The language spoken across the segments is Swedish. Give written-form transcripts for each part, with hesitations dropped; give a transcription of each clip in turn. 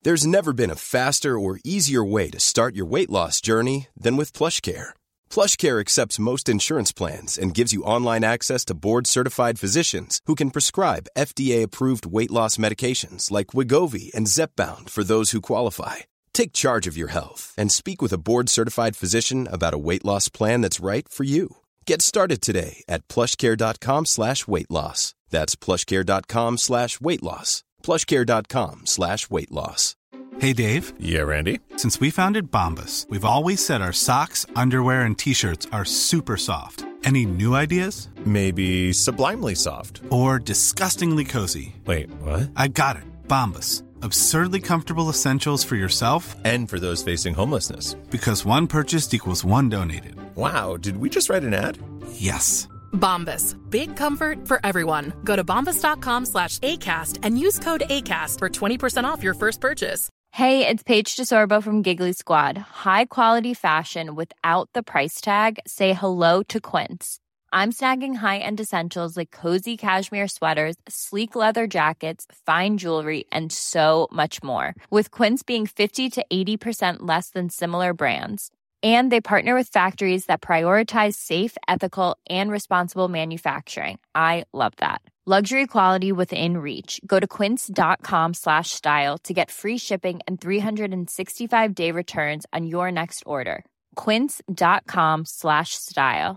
There's never been a faster or easier way to start your weight loss journey than with PlushCare. PlushCare accepts most insurance plans and gives you online access to board-certified physicians who can prescribe FDA-approved weight loss medications like Wegovy and Zepbound for those who qualify. Take charge of your health and speak with a board-certified physician about a weight loss plan that's right for you. Get started today at plushcare.com/weightloss. That's plushcare.com/weightloss. plushcare.com/weightloss. Hey, Dave. Yeah, Randy. Since we founded Bombas, we've always said our socks, underwear, and T-shirts are super soft. Any new ideas? Maybe sublimely soft. Or disgustingly cozy. Wait, what? I got it. Bombas. Absurdly comfortable essentials for yourself and for those facing homelessness. Because one purchased equals one donated. Wow, did we just write an ad? Yes. Bombas. Big comfort for everyone. Go to bombas.com/ACAST and use code ACAST for 20% off your first purchase. Hey, it's Paige DeSorbo from Giggly Squad. High quality fashion without the price tag. Say hello to Quince. I'm snagging high-end essentials like cozy cashmere sweaters, sleek leather jackets, fine jewelry, and so much more. With Quince being 50 to 80% less than similar brands. And they partner with factories that prioritize safe, ethical, and responsible manufacturing. I love that. Luxury quality within reach. Go to quince.com/style to get free shipping and 365-day returns on your next order. Quince.com/style.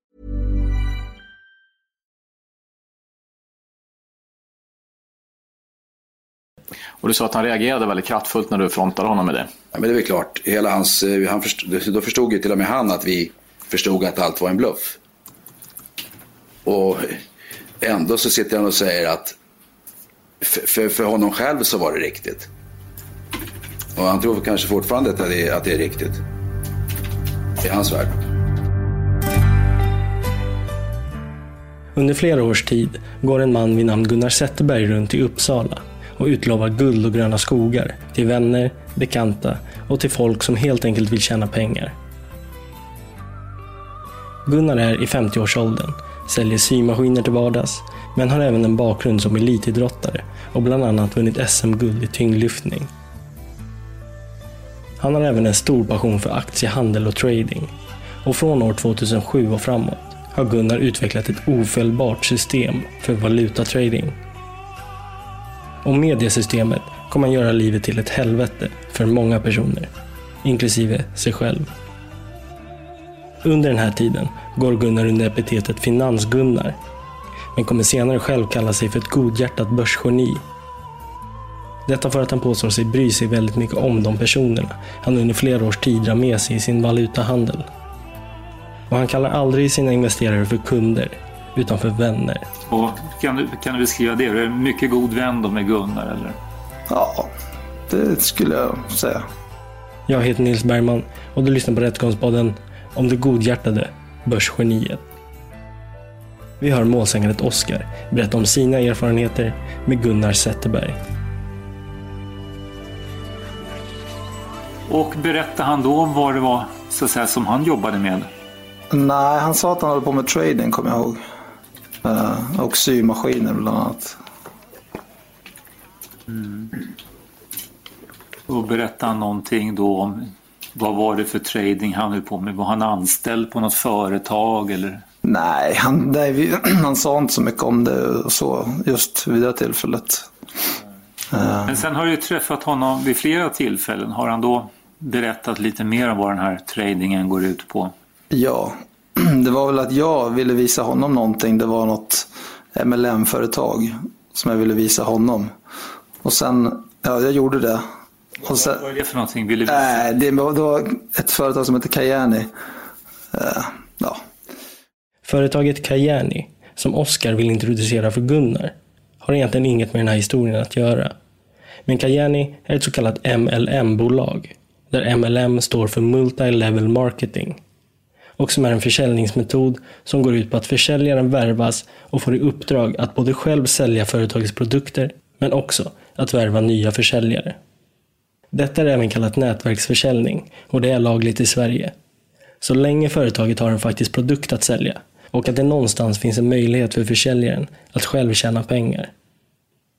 Och du sa att han reagerade väldigt kraftfullt när du frontade honom med det. Ja, men det är väl klart. Hela hans, då förstod ju till och med han att vi förstod att allt var en bluff. Och ändå så sitter han och säger att för honom själv så var det riktigt. Och han tror kanske fortfarande att det är riktigt. I hans värld. Under flera års tid går en man vid namn Gunnar Zetterberg runt i Uppsala och utlovar guld och gröna skogar till vänner, bekanta och till folk som helt enkelt vill tjäna pengar. Gunnar är i 50-årsåldern, säljer symaskiner till vardags, men har även en bakgrund som elitidrottare och bland annat vunnit SM-guld i tyngdlyftning. Han har även en stor passion för aktiehandel och trading, och från år 2007 och framåt har Gunnar utvecklat ett ofelbart system för valutatrading. Och med det systemet kommer han göra livet till ett helvete för många personer, inklusive sig själv. Under den här tiden går Gunnar under epitetet Finans-Gunnar, men kommer senare själv kalla sig för ett godhjärtat börsgeni. Detta för att han påstår sig bry sig väldigt mycket om de personerna han under flera års tid drar med sig i sin valutahandel. Och han kallar aldrig sina investerare för kunder, utan för vänner. Och kan du beskriva det? Är du en mycket god vän då med Gunnar, eller? Ja, det skulle jag säga. Jag heter Nils Bergman och du lyssnar på Rättegångspodden om det godhjärtade börsgeniet. Vi hör målsägandet Oskar berätta om sina erfarenheter med Gunnar Zetterberg. Och berättade han då vad det var så att säga, som han jobbade med? Nej, han sa att han höll på med trading, kommer jag ihåg. Och symaskiner bland annat. Mm. Och berättade han någonting då om vad var det för trading han höll på med? Var han anställd på något företag eller? Nej, han sa inte så mycket om det så just vid det tillfället. Men sen har du ju träffat honom vid flera tillfällen. Har han då berättat lite mer om vad den här tradingen går ut på? Ja, det var väl att jag ville visa honom någonting. Det var något MLM-företag som jag ville visa honom. Och sen, ja, jag gjorde det. Och sen, vad är det för någonting? Ville visa? Det var ett företag som heter Kajerni. Ja. Företaget Kajerni, som Oskar vill introducera för Gunnar, har egentligen inget med den här historien att göra. Men Kajerni är ett så kallat MLM-bolag, där MLM står för Multi-Level Marketing, och som är en försäljningsmetod som går ut på att försäljaren värvas och får i uppdrag att både själv sälja företagets produkter, men också att värva nya försäljare. Detta är även kallat nätverksförsäljning, och det är lagligt i Sverige. Så länge företaget har en faktisk produkt att sälja och att det någonstans finns en möjlighet för försäljaren att själv tjäna pengar.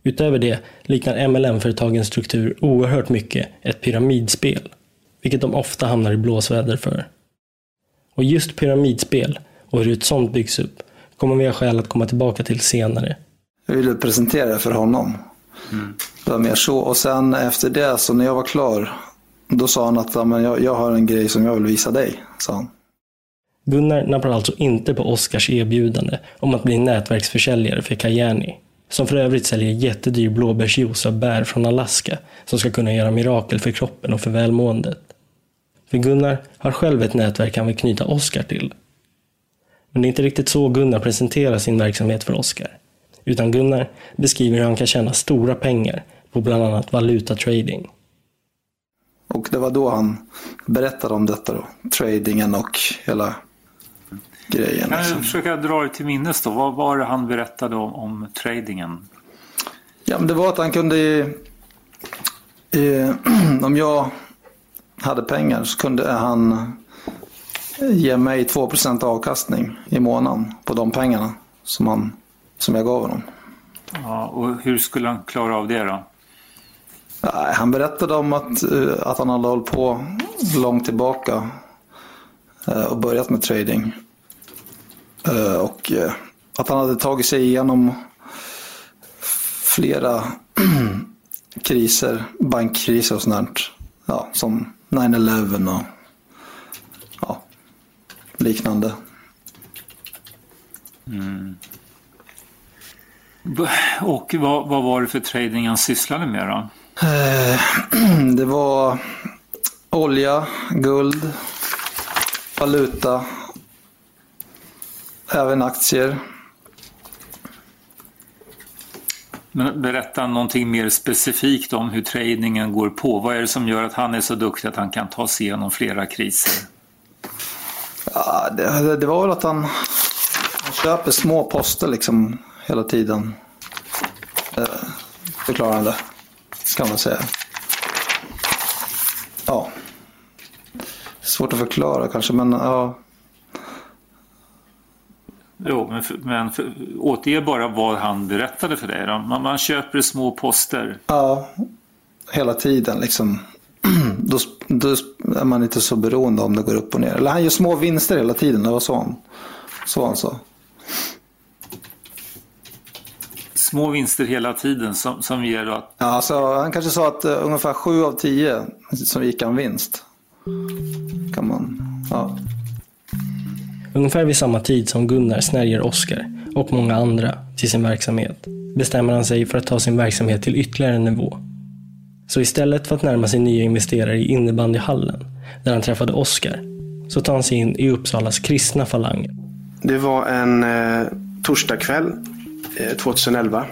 Utöver det liknar MLM-företagens struktur oerhört mycket ett pyramidspel, vilket de ofta hamnar i blåsväder för. Och just pyramidspel och hur ett sånt byggs upp kommer vi ha skäl att komma tillbaka till senare. Jag ville presentera det för honom. Det var mer så. Och sen efter det, så när jag var klar, då sa han att jag har en grej som jag vill visa dig, sa han. Gunnar nappar alltså inte på Oskars erbjudande om att bli nätverksförsäljare för Kajaani, som för övrigt säljer jättedyr blåbärsjuice av bär från Alaska som ska kunna göra mirakel för kroppen och för välmåendet. För Gunnar har själv ett nätverk han vill knyta Oskar till. Men det är inte riktigt så Gunnar presenterar sin verksamhet för Oskar, utan Gunnar beskriver hur han kan tjäna stora pengar på bland annat valutatrading. Och det var då han berättade om detta då, tradingen och hela grejen. Kan du försöka dra det till minnes då? Vad var det han berättade om tradingen? Ja, men det var att han kunde, om jag hade pengar så kunde han ge mig 2% avkastning i månaden på de pengarna som jag gav honom. Ja, och hur skulle han klara av det då? Han berättade om att han hade hållit på långt tillbaka och börjat med trading. Och att han hade tagit sig igenom flera kriser, bankkriser och sånt. Ja, som 9/11 och liknande. Och vad var det för trading han sysslade med då? Det var olja, guld, valuta, även aktier. Men berätta någonting mer specifikt om hur tradingen går på. Vad är det som gör att han är så duktig att han kan ta sig igenom flera kriser? Ja, det var väl att han köper små poster liksom hela tiden. Förklarande kan man säga. Ja. Svårt att förklara kanske, men ja. Jo, men återge bara vad han berättade för dig då. Man köper små poster. Ja, hela tiden liksom. Då är man inte så beroende om det går upp och ner. Eller han gör små vinster hela tiden, det var så han sa. Små vinster hela tiden som ger då att... Ja, så han kanske sa att ungefär 7 av 10 som gick en vinst. Kan man, ja. Ungefär vid samma tid som Gunnar snärjer Oskar och många andra till sin verksamhet bestämmer han sig för att ta sin verksamhet till ytterligare en nivå. Så istället för att närma sig nya investerare i innebandyhallen där han träffade Oskar, så tar han sig in i Uppsalas kristna falang. Det var en torsdagkväll 2011.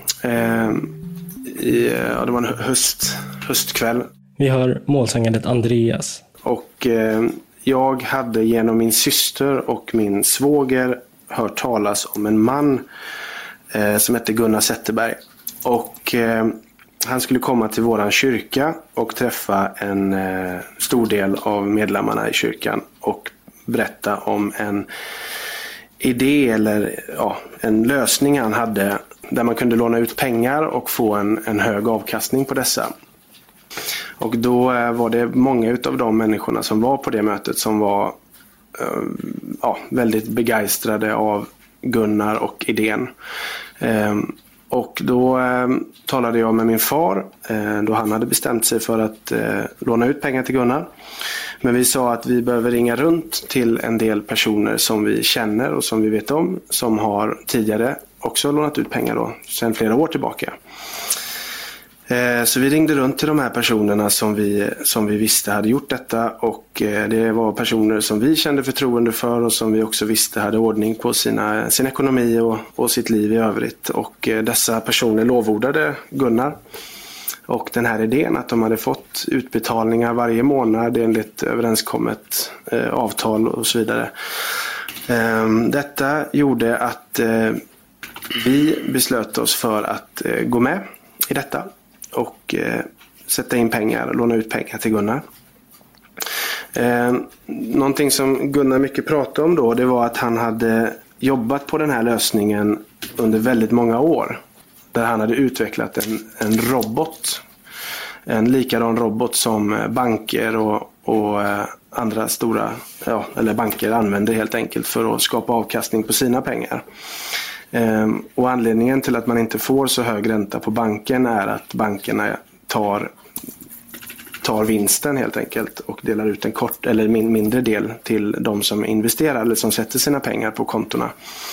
Det var en höstkväll. Vi hör målsängandet Andreas. Och jag hade genom min syster och min svåger hört talas om en man som hette Gunnar Zetterberg. Och han skulle komma till våran kyrka och träffa en stor del av medlemmarna i kyrkan och berätta om en idé eller en lösning han hade där man kunde låna ut pengar och få en hög avkastning på dessa. Och då var det många av de människorna som var på det mötet som var väldigt begeistrade av Gunnar och idén. Och då talade jag med min far då han hade bestämt sig för att låna ut pengar till Gunnar. Men vi sa att vi behöver ringa runt till en del personer som vi känner och som vi vet om, som har tidigare också lånat ut pengar då, sedan flera år tillbaka. Så vi ringde runt till de här personerna som vi visste hade gjort detta, och det var personer som vi kände förtroende för och som vi också visste hade ordning på sin ekonomi och sitt liv i övrigt. Och dessa personer lovordade Gunnar och den här idén att de hade fått utbetalningar varje månad enligt överenskommet avtal och så vidare. Detta gjorde att vi beslöt oss för att gå med i detta och sätta in pengar, låna ut pengar till Gunnar. Någonting som Gunnar mycket pratade om då, det var att han hade jobbat på den här lösningen under väldigt många år. där han hade utvecklat en robot. En likadan robot som banker och andra stora, eller banker använder helt enkelt för att skapa avkastning på sina pengar. Och anledningen till att man inte får så hög ränta på banken är att bankerna tar vinsten helt enkelt och delar ut en kort eller mindre del till de som investerar eller som sätter sina pengar på kontona.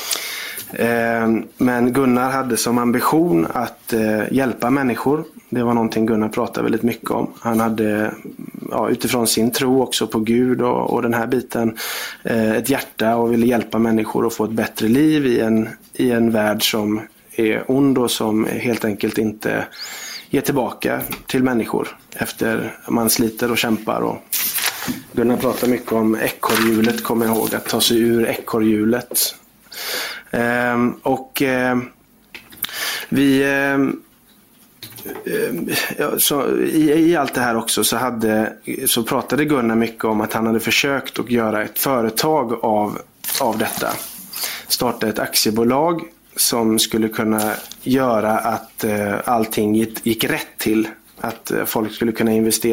Men Gunnar hade som ambition att hjälpa människor. Det var någonting Gunnar pratade väldigt mycket om. Han hade utifrån sin tro också på Gud och den här biten ett hjärta och ville hjälpa människor att få ett bättre liv i en värld som är ond och som helt enkelt inte ger tillbaka till människor efter man sliter och kämpar. Och Gunnar pratar mycket om ekorrhjulet, kommer jag ihåg, att ta sig ur ekorrhjulet. I allt det här också så pratade Gunnar mycket om att han hade försökt att göra ett företag av detta. Starta ett aktiebolag som skulle kunna göra att allting gick rätt till. Att folk skulle kunna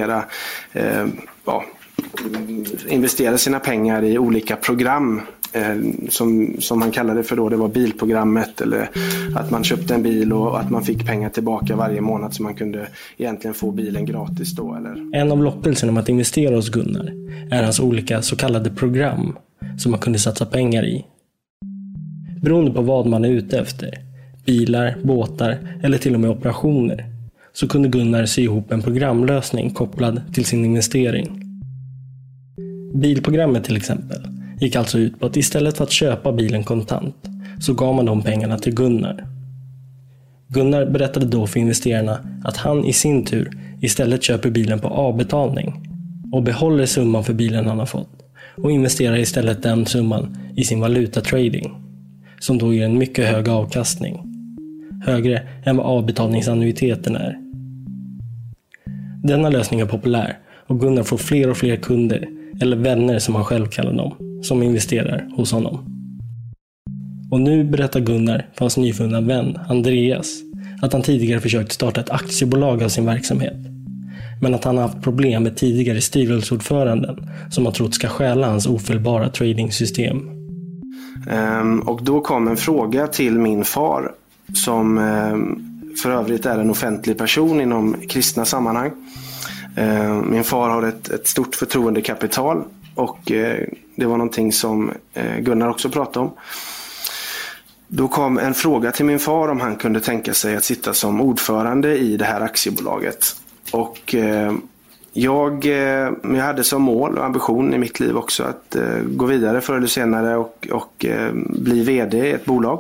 investera sina pengar i olika program som han kallade för då. Det var bilprogrammet, eller att man köpte en bil och att man fick pengar tillbaka varje månad så man kunde egentligen få bilen gratis då. Eller? En av lockelserna med att investera hos Gunnar är hans olika så kallade program som man kunde satsa pengar i. Beroende på vad man är ute efter, bilar, båtar eller till och med operationer, så kunde Gunnar sy ihop en programlösning kopplad till sin investering. Bilprogrammet till exempel gick alltså ut på att istället för att köpa bilen kontant så gav man de pengarna till Gunnar. Gunnar berättade då för investerarna att han i sin tur istället köper bilen på avbetalning och behåller summan för bilen han har fått och investerar istället den summan i sin valutatrading, som då ger en mycket hög avkastning. Högre än vad avbetalningsannuiteten är. Denna lösning är populär och Gunnar får fler och fler kunder, eller vänner som han själv kallar dem, som investerar hos honom. Och nu berättar Gunnar för hans nyfunna vän Andreas att han tidigare försökt starta ett aktiebolag av sin verksamhet. Men att han har haft problem med tidigare styrelseordföranden som han trott ska stjäla hans ofelbara tradingsystem. Och då kom en fråga till min far, som för övrigt är en offentlig person inom kristna sammanhang. Min far har ett stort förtroendekapital och det var någonting som Gunnar också pratade om. Då kom en fråga till min far om han kunde tänka sig att sitta som ordförande i det här aktiebolaget. Och jag hade som mål och ambition i mitt liv också att gå vidare förr eller senare och bli vd i ett bolag.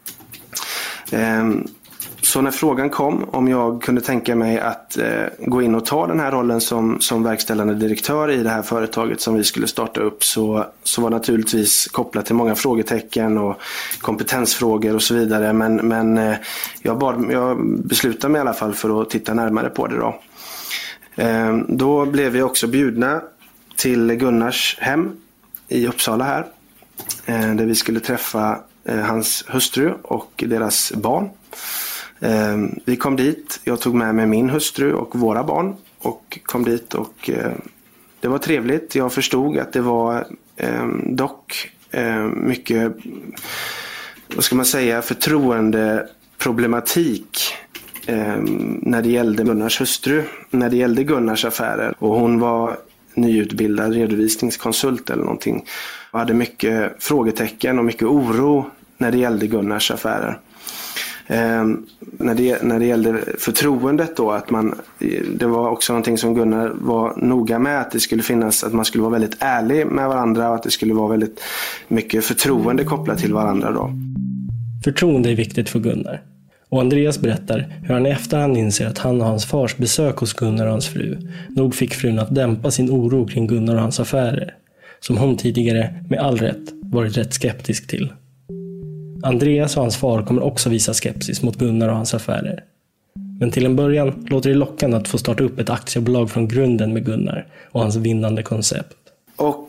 Så när frågan kom om jag kunde tänka mig att gå in och ta den här rollen som verkställande direktör i det här företaget som vi skulle starta upp, så var naturligtvis kopplat till många frågetecken och kompetensfrågor och så vidare. Men jag beslutade mig i alla fall för att titta närmare på det då. Då blev vi också bjudna till Gunnars hem i Uppsala här, där vi skulle träffa hans hustru och deras barn. Vi kom dit, jag tog med mig min hustru och våra barn och kom dit, och det var trevligt. Jag förstod att det var dock mycket, vad ska man säga, förtroendeproblematik när det gällde Gunnars hustru, när det gällde Gunnars affärer. Och hon var nyutbildad redovisningskonsult eller någonting. Jag hade mycket frågetecken och mycket oro när det gällde Gunnars affärer. När det gällde förtroendet då, att det var också någonting som Gunnar var noga med, att det skulle finnas, att man skulle vara väldigt ärlig med varandra och att det skulle vara väldigt mycket förtroende kopplat till varandra då. Förtroende är viktigt för Gunnar. Och Andreas berättar hur han i efterhand inser att han och hans fars besök hos Gunnar och hans fru nog fick frun att dämpa sin oro kring Gunnar och hans affärer, som hon tidigare med all rätt varit rätt skeptisk till. Andreas och hans far kommer också visa skepsis mot Gunnar och hans affärer. Men till en början låter det lockande att få starta upp ett aktiebolag från grunden med Gunnar och hans vinnande koncept. Och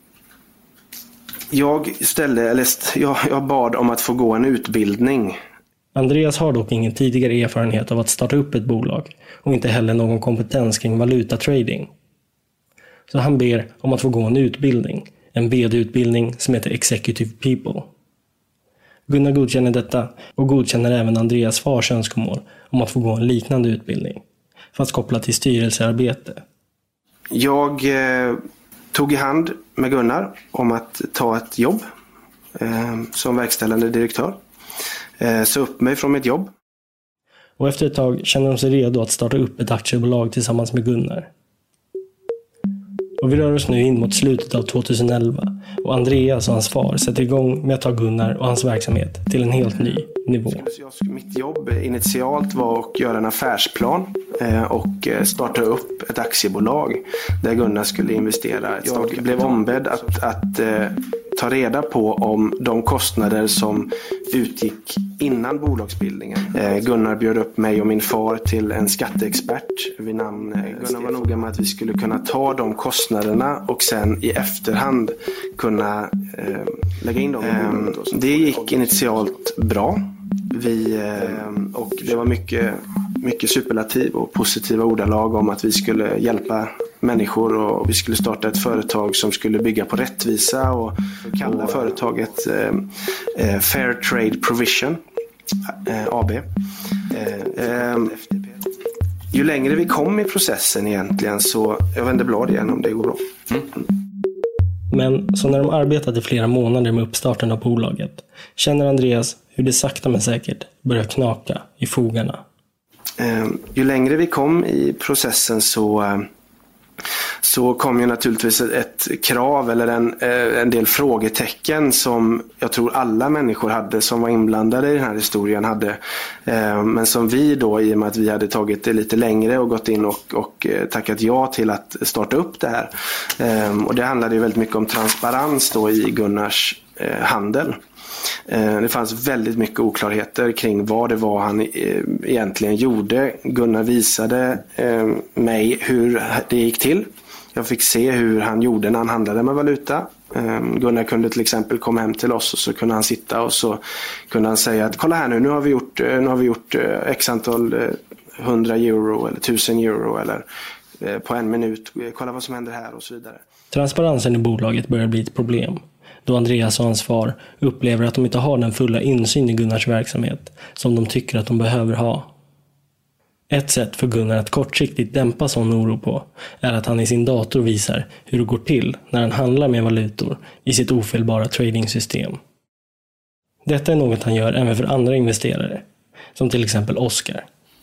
jag bad om att få gå en utbildning Andreas har dock ingen tidigare erfarenhet av att starta upp ett bolag och inte heller någon kompetens kring valutatrading. Så han ber om att få gå en utbildning, en vd-utbildning som heter Executive People. Gunnar godkänner detta och godkänner även Andreas fars önskemål om att få gå en liknande utbildning, fast kopplat till styrelsearbete. Jag tog i hand med Gunnar om att ta ett jobb som verkställande direktör. Så upp mig från mitt jobb. Och efter ett tag känner de sig redo att starta upp ett aktiebolag tillsammans med Gunnar. Och vi rör oss nu in mot slutet av 2011 och Andreas och hans far sätter igång med att ta Gunnar och hans verksamhet till en helt ny nivå. Mitt jobb initialt var att göra en affärsplan och starta upp ett aktiebolag där Gunnar skulle investera. Jag blev ombedd att ta reda på om de kostnader som utgick innan bolagsbildningen. Gunnar bjöd upp mig och min far till en skatteexpert vid namn. Gunnar var noga med att vi skulle kunna ta de kostnaderna och sen i efterhand kunna lägga in dem i bolaget. Det gick initialt bra. Och det var mycket superlativ och positiva ordalag om att vi skulle hjälpa människor och vi skulle starta ett företag som skulle bygga på rättvisa och kalla företaget Fair Trade Provision AB. Ju längre vi kom i processen egentligen så jag vänder blad igen om det går bra. Men så när de arbetat i flera månader med uppstarten av bolaget känner Andreas hur det sakta men säkert börjar knaka i fogarna. Ju längre vi kom i processen så kom ju naturligtvis ett krav eller en del frågetecken som jag tror alla människor hade som var inblandade i den här historien hade. Men som vi då, i och med att vi hade tagit det lite längre och gått in och tackat ja till att starta upp det här. Och det handlade ju väldigt mycket om transparens då i Gunnars handel. Det fanns väldigt mycket oklarheter kring vad det var han egentligen gjorde. Gunnar visade mig hur det gick till. Jag fick se hur han gjorde när han handlade med valuta. Gunnar kunde till exempel komma hem till oss och så kunde han sitta och så kunde han säga att kolla här nu har vi gjort x antal 100 euro eller 1000 euro eller på en minut. Kolla vad som händer här och så vidare. Transparensen i bolaget börjar bli ett problem, då Andreas och hans far upplever att de inte har den fulla insyn i Gunnars verksamhet som de tycker att de behöver ha. Ett sätt för Gunnar att kortsiktigt dämpa sån oro på är att han i sin dator visar hur det går till när han handlar med valutor i sitt ofelbara tradingsystem. Detta är något han gör även för andra investerare, som till exempel Oskar.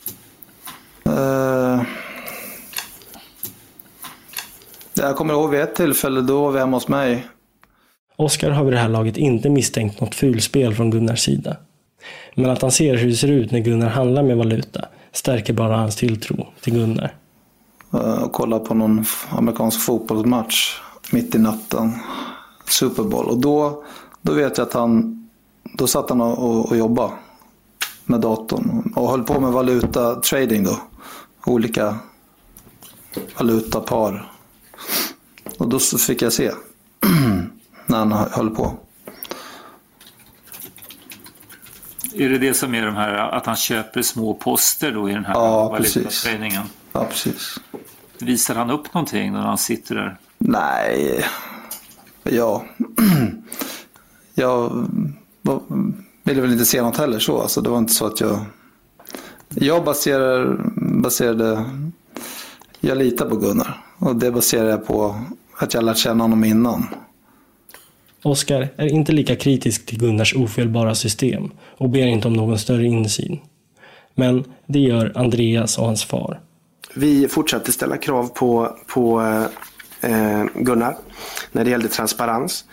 Jag kommer ihåg vid ett tillfälle då var vi hemma hos mig. Oskar har vid det här laget inte misstänkt något fulspel från Gunnars sida. Men att han ser hur det ser ut när Gunnar handlar med valuta stärker bara hans tilltro till Gunnar. Kolla på någon amerikansk fotbollsmatch mitt i natten. Super Bowl. Och då vet jag att då satt han och jobbade med datorn. Och höll på med valuta trading då. Olika valutapar. Och då fick jag se när han höll på. Är det som är de här att han köper små poster då i den här valutatradingen? Ja, precis. Visar han upp någonting när han sitter där? Nej. Ja. Jag ville väl inte se något heller så. Alltså, det var inte så att jag baserade jag litar på Gunnar. Och det baserar jag på att jag lärt känna honom innan. Oskar är inte lika kritisk till Gunnars ofelbara system och ber inte om någon större insyn. Men det gör Andreas och hans far. Vi fortsatte ställa krav på Gunnar när det gällde transparens.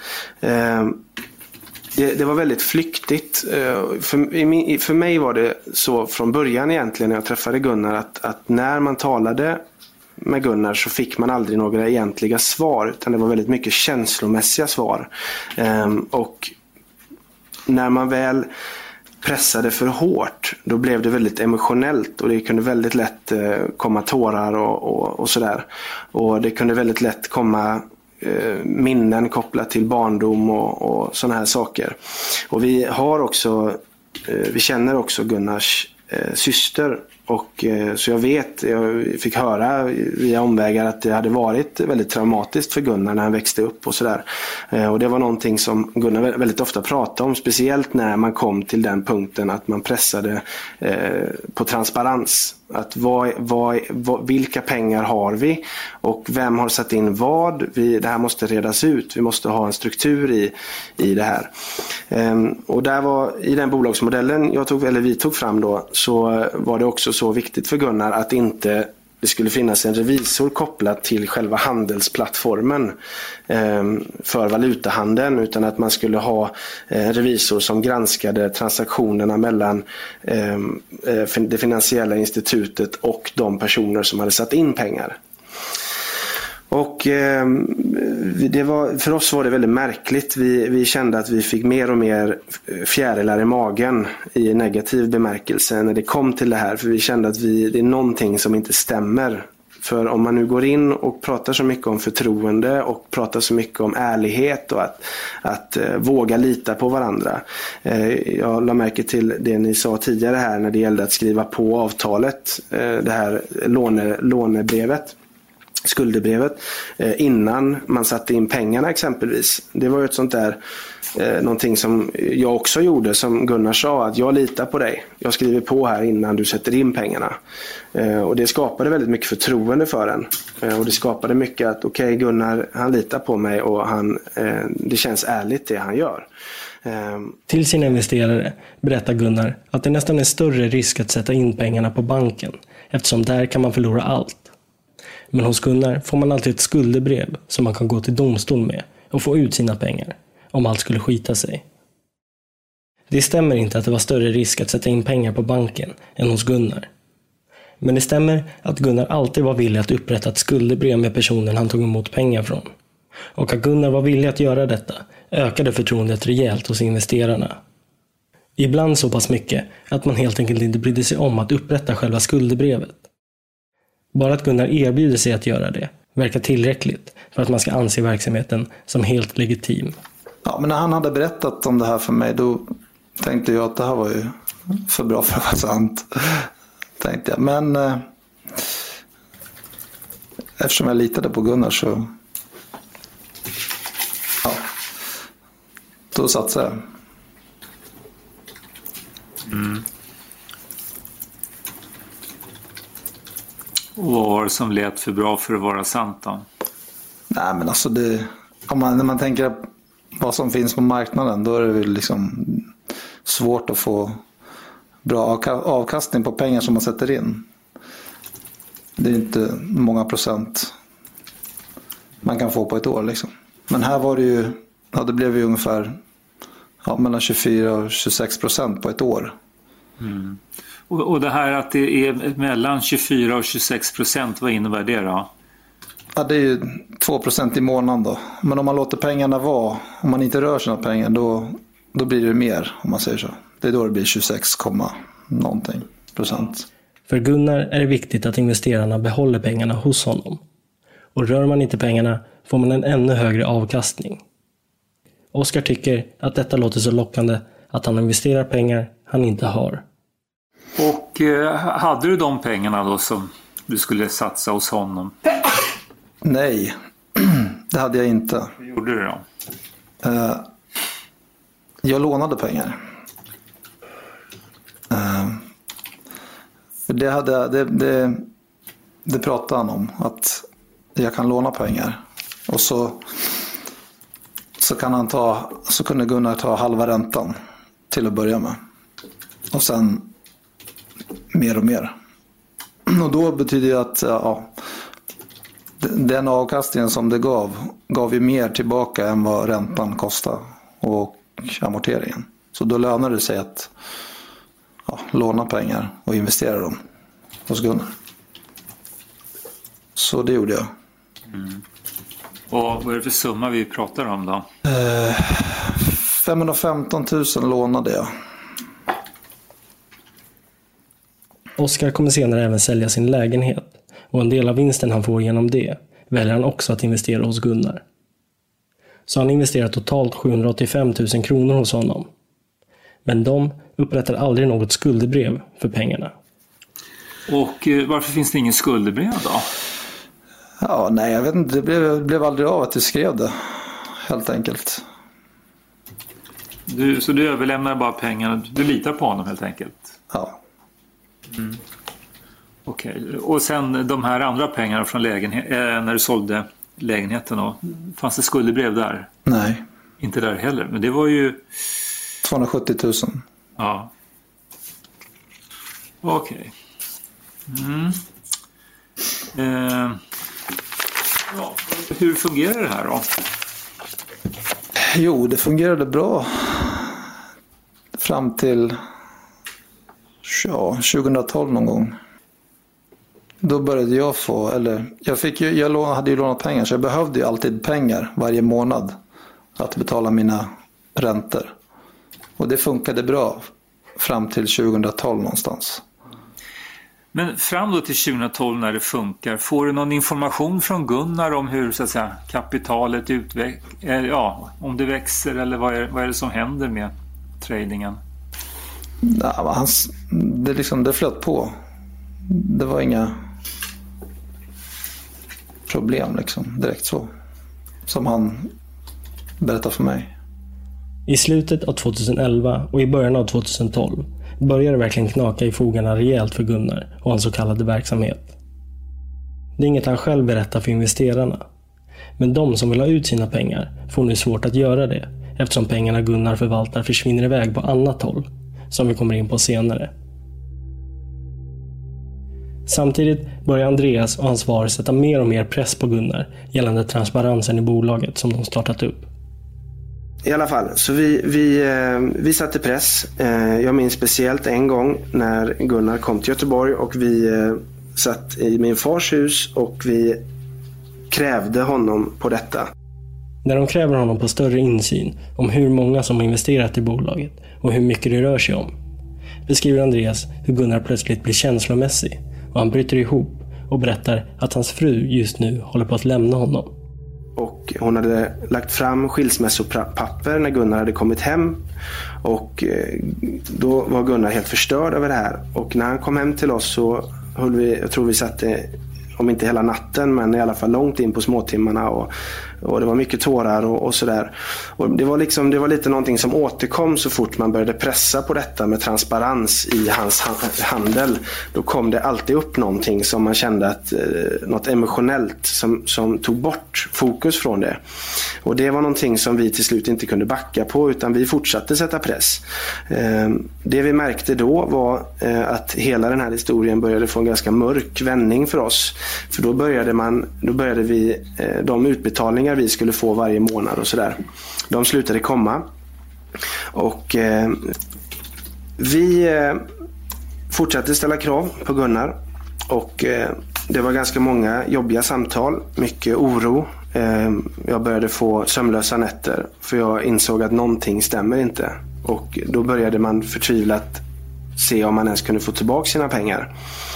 Det var väldigt flyktigt. För mig var det så från början egentligen när jag träffade Gunnar att när man talade med Gunnar så fick man aldrig några egentliga svar, utan det var väldigt mycket känslomässiga svar. Och när man väl pressade för hårt, då blev det väldigt emotionellt och det kunde väldigt lätt komma tårar och sådär. Och det kunde väldigt lätt komma minnen kopplat till barndom och såna här saker. Och vi har också vi känner också Gunnars syster. Och så jag fick höra via omvägar att det hade varit väldigt traumatiskt för Gunnar när han växte upp och sådär. Och det var någonting som Gunnar väldigt ofta pratade om, speciellt när man kom till den punkten att man pressade på transparens. Att vilka pengar har vi och vem har satt in vad? Det här måste redas ut. Vi måste ha en struktur i det här. Och där var i den bolagsmodellen vi tog fram då, så var det också så viktigt för Gunnar att inte det skulle finnas en revisor kopplat till själva handelsplattformen för valutahandeln, utan att man skulle ha en revisor som granskade transaktionerna mellan det finansiella institutet och de personer som hade satt in pengar. Och för oss var det väldigt märkligt. Vi kände att vi fick mer och mer fjärilar i magen i negativ bemärkelse när det kom till det här. För vi kände att det är någonting som inte stämmer. För om man nu går in och pratar så mycket om förtroende och pratar så mycket om ärlighet och att våga lita på varandra. Jag la märke till det ni sa tidigare här när det gällde att skriva på avtalet, det här lånebrevet. Skuldebrevet innan man satte in pengarna exempelvis. Det var ju ett sånt där någonting som jag också gjorde, som Gunnar sa, att jag litar på dig. Jag skriver på här innan du sätter in pengarna. Och det skapade väldigt mycket förtroende för en. Och det skapade mycket att okej, Gunnar, han litar på mig och det känns ärligt det han gör. Till sina investerare berättar Gunnar att det nästan är större risk att sätta in pengarna på banken, eftersom där kan man förlora allt. Men hos Gunnar får man alltid ett skuldebrev som man kan gå till domstol med och få ut sina pengar, om allt skulle skita sig. Det stämmer inte att det var större risk att sätta in pengar på banken än hos Gunnar. Men det stämmer att Gunnar alltid var villig att upprätta ett skuldebrev med personen han tog emot pengar från. Och att Gunnar var villig att göra detta ökade förtroendet rejält hos investerarna. Ibland så pass mycket att man helt enkelt inte brydde sig om att upprätta själva skuldebrevet. Bara att Gunnar erbjuder sig att göra det verkar tillräckligt för att man ska anse verksamheten som helt legitim. Ja, men när han hade berättat om det här för mig, då tänkte jag att det här var ju för bra för att vara sant. Tänkte jag. Men eftersom jag litade på Gunnar så då satsade jag. Mm. Och vad var det som lät för bra för att vara sant då? Nej, men alltså när man tänker vad som finns på marknaden, då är det väl liksom svårt att få bra avkastning på pengar som man sätter in. Det är inte många procent man kan få på ett år liksom. Men här var det ju, det blev ju ungefär mellan 24 och 26% på ett år. Mm. Och det här att det är mellan 24 och 26%, vad innebär det då? Ja, det är ju 2% i månaden då. Men om man låter pengarna vara, om man inte rör sina pengar, då blir det mer, om man säger så. Det är då det blir 26, någonting %. För Gunnar är det viktigt att investerarna behåller pengarna hos honom. Och rör man inte pengarna får man en ännu högre avkastning. Oskar tycker att detta låter så lockande att han investerar pengar han inte har. Och hade du de pengarna då som du skulle satsa hos honom? Nej, det hade jag inte. Vad gjorde du då? Jag lånade pengar. För det pratade han om, att jag kan låna pengar. Och så kunde Gunnar ta halva räntan till att börja med. Och sen mer och mer. Och då betyder det att den avkastningen som det gav ju mer tillbaka än vad räntan kostade och amorteringen. Så då lönar det sig att låna pengar och investera dem hos Gunnar. Så det gjorde jag. Mm. Och vad är det för summa vi pratar om då? 515 000 lånade jag. Oskar kommer senare även sälja sin lägenhet, och en del av vinsten han får genom det väljer han också att investera hos Gunnar. Så han investerar totalt 785 000 kronor hos honom. Men de upprättar aldrig något skuldebrev för pengarna. Och varför finns det ingen skuldebrev då? Ja, nej, jag vet inte. Det blev aldrig av att du skrev det, helt enkelt. Så du överlämnar bara pengarna, du litar på honom helt enkelt? Ja. Mm. Okej. Och sen de här andra pengarna från när du sålde lägenheten då, fanns det skuldebrev där? Nej. Inte där heller, men det var ju 270 000. Ja. Okej. Ja, hur fungerar det här då? Jo, det fungerade bra fram till 2012 någon gång. Då började jag jag hade ju lånat pengar, så jag behövde ju alltid pengar varje månad att betala mina räntor. Och det funkade bra fram till 2012 någonstans. Men fram då till 2012 när det funkar, får du någon information från Gunnar om hur så att säga, kapitalet om det växer, eller vad är det som händer med tradingen? Ja, det flöt på. Det var inga problem direkt så som han berättade för mig. I slutet av 2011 och i början av 2012 började det verkligen knaka i fogarna rejält för Gunnar och hans så kallade verksamhet. Det är inget han själv berättar för investerarna. Men de som vill ha ut sina pengar får nu svårt att göra det, eftersom pengarna Gunnar förvaltar försvinner iväg på annat håll, som vi kommer in på senare. Samtidigt börjar Andreas och hans far sätta mer och mer press på Gunnar gällande transparensen i bolaget som de startat upp. I alla fall, så vi satte press. Jag minns speciellt en gång när Gunnar kom till Göteborg och vi satt i min fars hus och vi krävde honom på detta. När de kräver honom på större insyn om hur många som har investerat i bolaget och hur mycket det rör sig om, beskriver Andreas hur Gunnar plötsligt blir känslomässig och han bryter ihop och berättar att hans fru just nu håller på att lämna honom. Och hon hade lagt fram skilsmässopapper när Gunnar hade kommit hem. Och då var Gunnar helt förstörd över det här. Och när han kom hem till oss så höll jag tror vi satte, om inte hela natten, men i alla fall långt in på småtimmarna. Och det var mycket tårar och sådär. Och det var lite någonting som återkom så fort man började pressa på detta med transparens i hans handel. Då kom det alltid upp någonting som man kände att något emotionellt som tog bort fokus från det. Och det var någonting som vi till slut inte kunde backa på, utan vi fortsatte sätta press. Det vi märkte då var att hela den här historien började få en ganska mörk vändning för oss. För då började vi de utbetalningar vi skulle få varje månad och sådär. De slutade komma. Och vi fortsatte ställa krav på Gunnar. Och det var ganska många jobbiga samtal, mycket oro. Jag började få sömnlösa nätter för jag insåg att någonting stämmer inte. Och då började man förtvivlat se om man ens kunde få tillbaka sina pengar.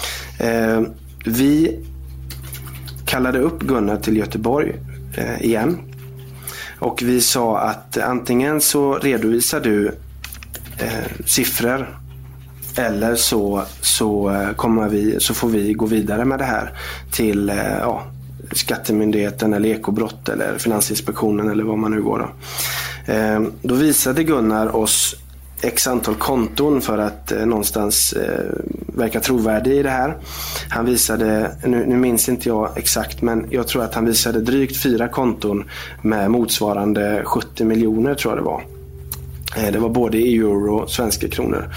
Vi kallade upp Gunnar till Göteborg igen. Och vi sa att antingen så redovisar du siffror eller så får vi gå vidare med det här till Skattemyndigheten eller Ekobrott eller Finansinspektionen eller vad man nu går då. Då visade Gunnar oss x antal konton för att någonstans verka trovärdig i det här. Han visade, nu minns inte jag exakt, men jag tror att han visade drygt 4 konton med motsvarande 70 miljoner tror jag det var. Det var både i euro och svenska kronor.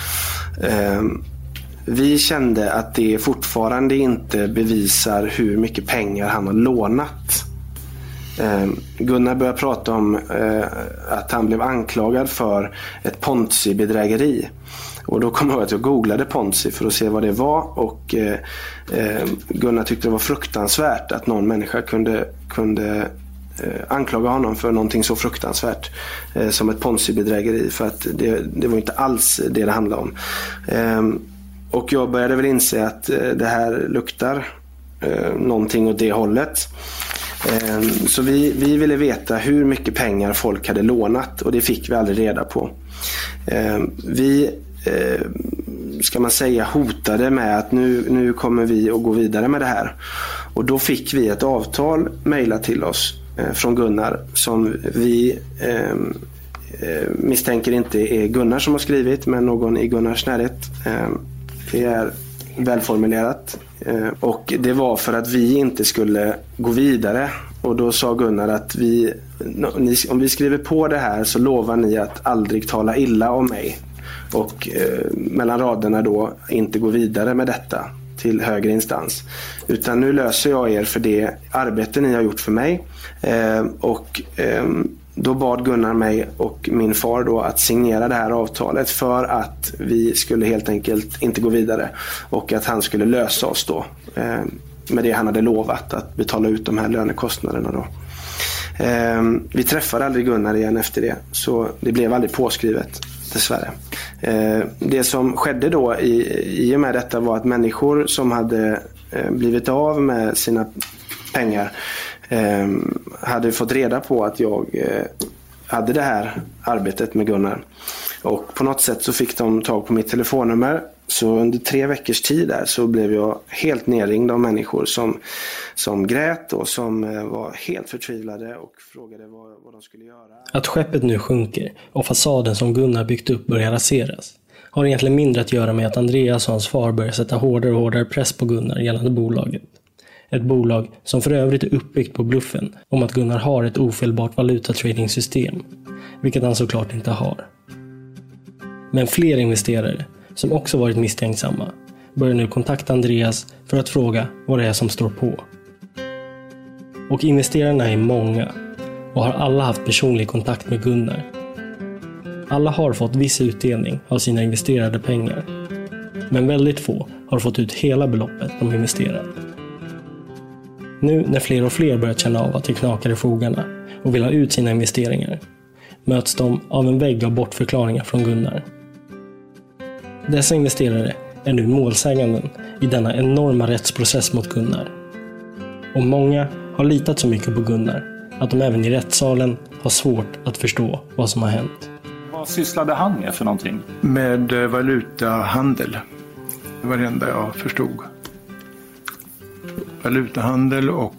Vi kände att det fortfarande inte bevisar hur mycket pengar han har lånat. Gunnar började prata om att han blev anklagad för ett Ponzi-bedrägeri. Och då kom jag att jag googlade Ponzi för att se vad det var. Och Gunnar tyckte det var fruktansvärt att någon människa kunde anklaga honom för någonting så fruktansvärt som ett Ponzi-bedrägeri. För att det var inte alls det handlade om. Och jag började väl inse att det här luktar någonting åt det hållet. Så vi ville veta hur mycket pengar folk hade lånat och det fick vi aldrig reda på. Vi ska man säga, hotade med att nu kommer vi att gå vidare med det här. Och då fick vi ett avtal mejlat till oss från Gunnar som vi misstänker inte är Gunnar som har skrivit, men någon i Gunnars närhet. Det är välformulerat. Och det var för att vi inte skulle gå vidare. Och då sa Gunnar att om vi skriver på det här så lovar ni att aldrig tala illa om mig. Och mellan raderna då inte gå vidare med detta till högre instans. Utan nu löser jag er för det arbete ni har gjort för mig. Då bad Gunnar mig och min far då att signera det här avtalet för att vi skulle helt enkelt inte gå vidare. Och att han skulle lösa oss då med det han hade lovat, att betala ut de här lönekostnaderna då. Vi träffade aldrig Gunnar igen efter det, så det blev aldrig påskrivet, dessvärre. Det som skedde då i och med detta var att människor som hade blivit av med sina pengar hade fått reda på att jag hade det här arbetet med Gunnar. Och på något sätt så fick de tag på mitt telefonnummer. Så under 3 veckors tid där så blev jag helt nerringd av människor som grät och som var helt förtvivlade och frågade vad de skulle göra. Att skeppet nu sjunker och fasaden som Gunnar byggt upp börjar raseras har egentligen mindre att göra med att Andreas och hans far börjar sätta hårdare och hårdare press på Gunnar gällande bolaget. Ett bolag som för övrigt är uppbyggt på bluffen om att Gunnar har ett ofelbart valutatrading-system, vilket han såklart inte har. Men fler investerare, som också varit misstänksamma, börjar nu kontakta Andreas för att fråga vad det är som står på. Och investerarna är många och har alla haft personlig kontakt med Gunnar. Alla har fått viss utdelning av sina investerade pengar, men väldigt få har fått ut hela beloppet de investerat. Nu när fler och fler börjat känna av att det knakar i fogarna och vill ha ut sina investeringar, möts de av en vägg av bortförklaringar från Gunnar. Dessa investerare är nu målsäganden i denna enorma rättsprocess mot Gunnar. Och många har litat så mycket på Gunnar att de även i rättssalen har svårt att förstå vad som har hänt. Vad sysslade han med för någonting? Med valutahandel. Det var det enda jag förstod. Valutahandel och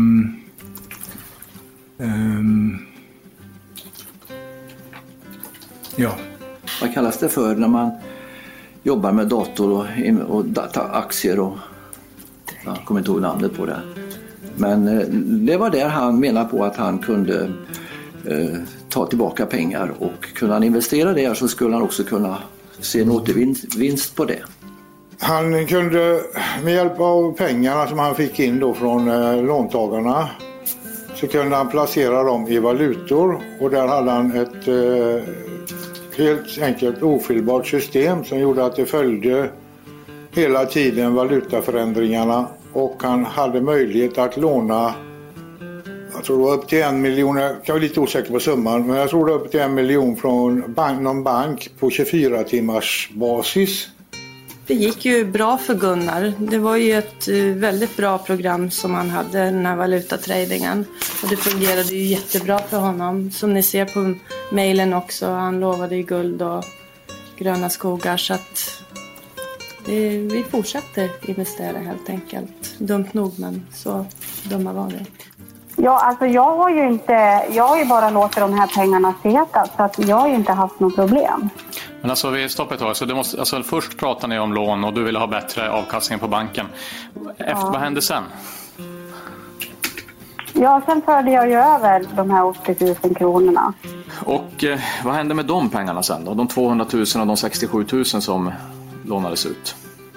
ja. Vad kallas det för när man jobbar med dator och aktier och jag kommer inte ihåg namnet på det. Men det var där han menar på att han kunde ta tillbaka pengar, och kunde han investera det så skulle han också kunna se en återvinst på det. Han kunde med hjälp av pengarna som han fick in då från låntagarna, så kunde han placera dem i valutor, och där hade han ett helt enkelt ofelbart system som gjorde att det följde hela tiden valutaförändringarna, och han hade möjlighet att låna, jag tror det var upp till 1 miljon, jag kan vara lite osäker på summan, men jag tror det var upp till 1 miljon från någon bank på 24 timmars basis. Det gick ju bra för Gunnar. Det var ju ett väldigt bra program som han hade, den här valutatradingen. Och det fungerade ju jättebra för honom. Som ni ser på mejlen också. Han lovade ju guld och gröna skogar. Så att vi fortsätter investera helt enkelt. Dumt nog, men så dumma var det. Ja, alltså jag har ju bara låtit de här pengarna sitta, så att jag har ju inte haft något problem. Men alltså vi stoppar ett tag, så först pratar ni om lån och du ville ha bättre avkastning på banken. Vad hände sen? Ja, sen förde jag ju över de här 80 000 kronorna. Och vad hände med de pengarna sen då? De 200 000 och de 67 000 som lånades ut?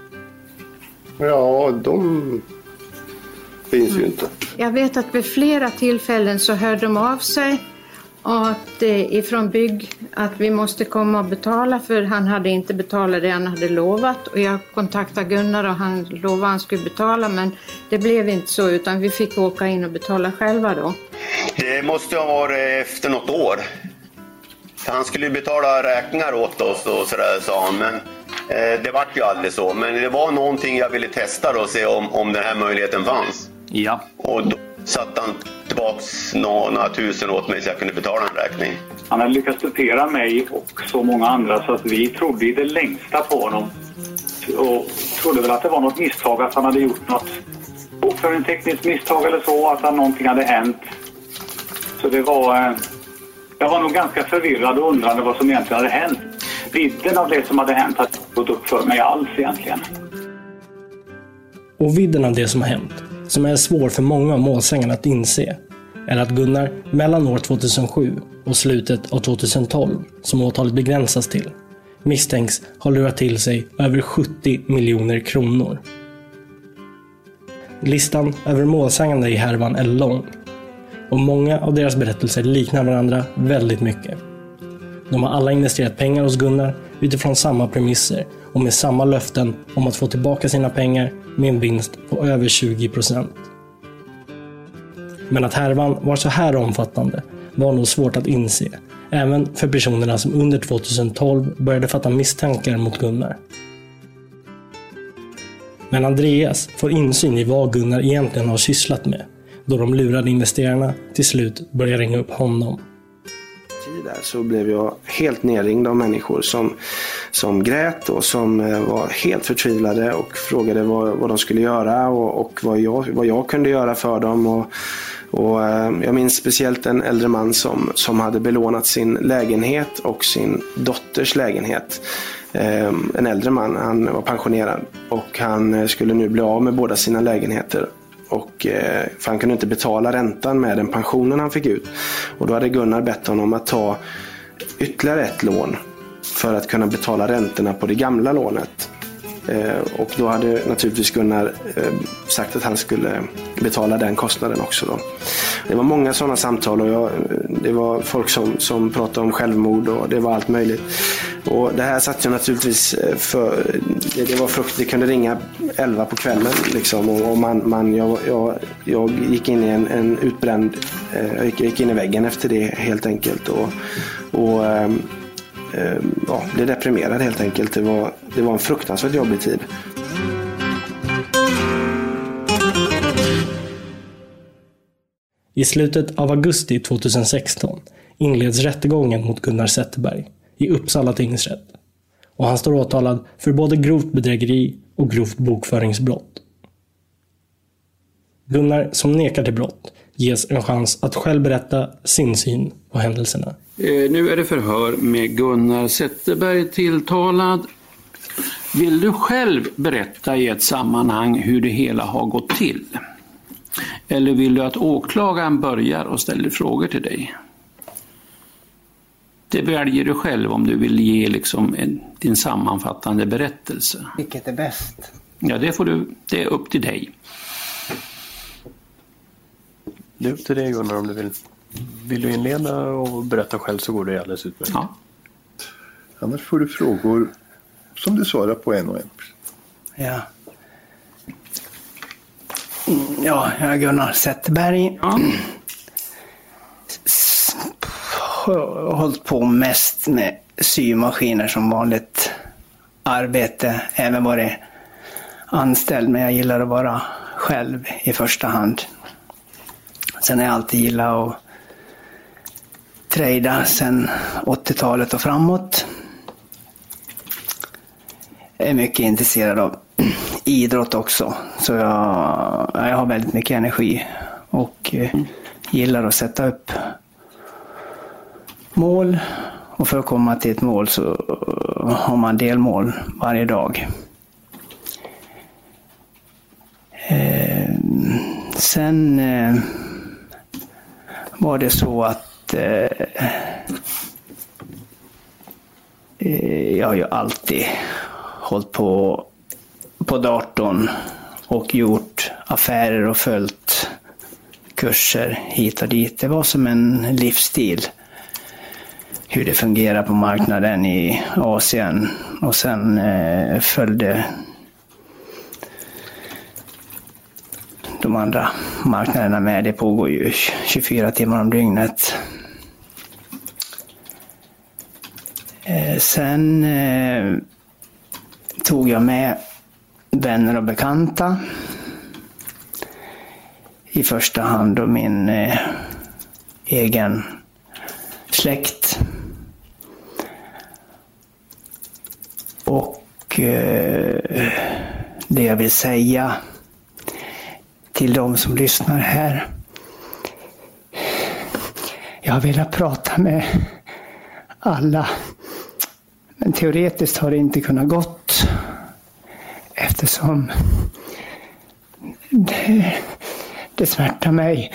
Ja, de finns ju inte. Jag vet att vid flera tillfällen så hörde de av sig ifrån bygg att vi måste komma och betala, för han hade inte betalat det han hade lovat. Och jag kontaktade Gunnar och han lovade att han skulle betala, men det blev inte så, utan vi fick åka in och betala själva då. Det måste ha varit efter något år. Han skulle betala räkningar åt oss och sådär, sa han, men det var ju aldrig så. Men det var någonting jag ville testa och se om den här möjligheten fanns. Ja. Och då satte han tillbaks några tusen åt mig så jag kunde betala en räkning. Han hade lyckats dupera mig och så många andra så att vi trodde i det längsta på honom. Och trodde väl att det var något misstag, att han hade gjort något bokföringstekniskt misstag eller så, att någonting hade hänt. Så jag var nog ganska förvirrad och undrande vad som egentligen hade hänt. Vidden av det som hade hänt hade gått upp för mig alls egentligen. Och vidden av det som har hänt, som är svår för många av målsägarna att inse, är att Gunnar mellan år 2007 och slutet av 2012, som åtalet begränsas till, misstänks ha lurat till sig över 70 miljoner kronor. Listan över målsägande i härvan är lång, och många av deras berättelser liknar varandra väldigt mycket. De har alla investerat pengar hos Gunnar utifrån samma premisser och med samma löften om att få tillbaka sina pengar med en vinst på över 20%. Men att härvan var så här omfattande var nog svårt att inse, även för personerna som under 2012 började fatta misstankar mot Gunnar. Men Andreas får insyn i vad Gunnar egentligen har sysslat med, då de lurade investerarna till slut börjar ringa upp honom. Där så blev jag helt nerringd av människor som grät och som var helt förtvivlade och frågade vad de skulle göra och vad jag kunde göra för dem. Och jag minns speciellt en äldre man som hade belånat sin lägenhet och sin dotters lägenhet. En äldre man, han var pensionerad och han skulle nu bli av med båda sina lägenheter. För han kunde inte betala räntan med den pensionen han fick ut. Och då hade Gunnar bett honom att ta ytterligare ett lån för att kunna betala räntorna på det gamla lånet. Och då hade naturligtvis Gunnar sagt att han skulle betala den kostnaden också då. Det var många sådana samtal och det var folk som pratade om självmord och det var allt möjligt. Och det här satt jag naturligtvis för, det var frukt, det kunde ringa 11 på kvällen liksom, och jag gick in i en utbränd, jag gick in i väggen efter det helt enkelt och blev deprimerad helt enkelt. Det var en fruktansvärt jobbig tid. I slutet av augusti 2016 inleds rättegången mot Gunnar Zetterberg i Uppsala tingsrätt. Och han står åtalad för både grovt bedrägeri och grovt bokföringsbrott. Gunnar, som nekar till brott, ges en chans att själv berätta sin syn på händelserna. Nu är det förhör med Gunnar Zetterberg tilltalad. Vill du själv berätta i ett sammanhang hur det hela har gått till? Eller vill du att åklagaren börjar och ställer frågor till dig? Det väljer du själv om du vill ge din sammanfattande berättelse. Vilket är bäst? Ja, det är upp till dig. Det är upp till dig Gunnar om du vill. Vill du inleda och berätta själv så går det alldeles utmärkt. Ja. Annars får du frågor som du svarar på en och en. Ja. Ja, jag är Gunnar Zetterberg. Ja. Hållit på mest med symaskiner som vanligt arbete. Även varit anställd, men jag gillar att vara själv i första hand. Sen har jag alltid gillat att trada sen 80-talet och framåt. Jag är mycket intresserad av idrott också. Så jag har väldigt mycket energi och gillar att sätta upp mål. Och för att komma till ett mål så har man delmål varje dag. Sen var det så att jag har ju alltid hållit på datorn och gjort affärer och följt kurser hit och dit. Det var som en livsstil hur det fungerar på marknaden i Asien och sen följde de andra marknaderna med. Det pågår ju 24 timmar om dygnet. Sen tog jag med vänner och bekanta i första hand och min egen släkt. Och det jag vill säga till de som lyssnar här. Jag har velat prata med alla, men teoretiskt har det inte kunnat gått eftersom det smärtar mig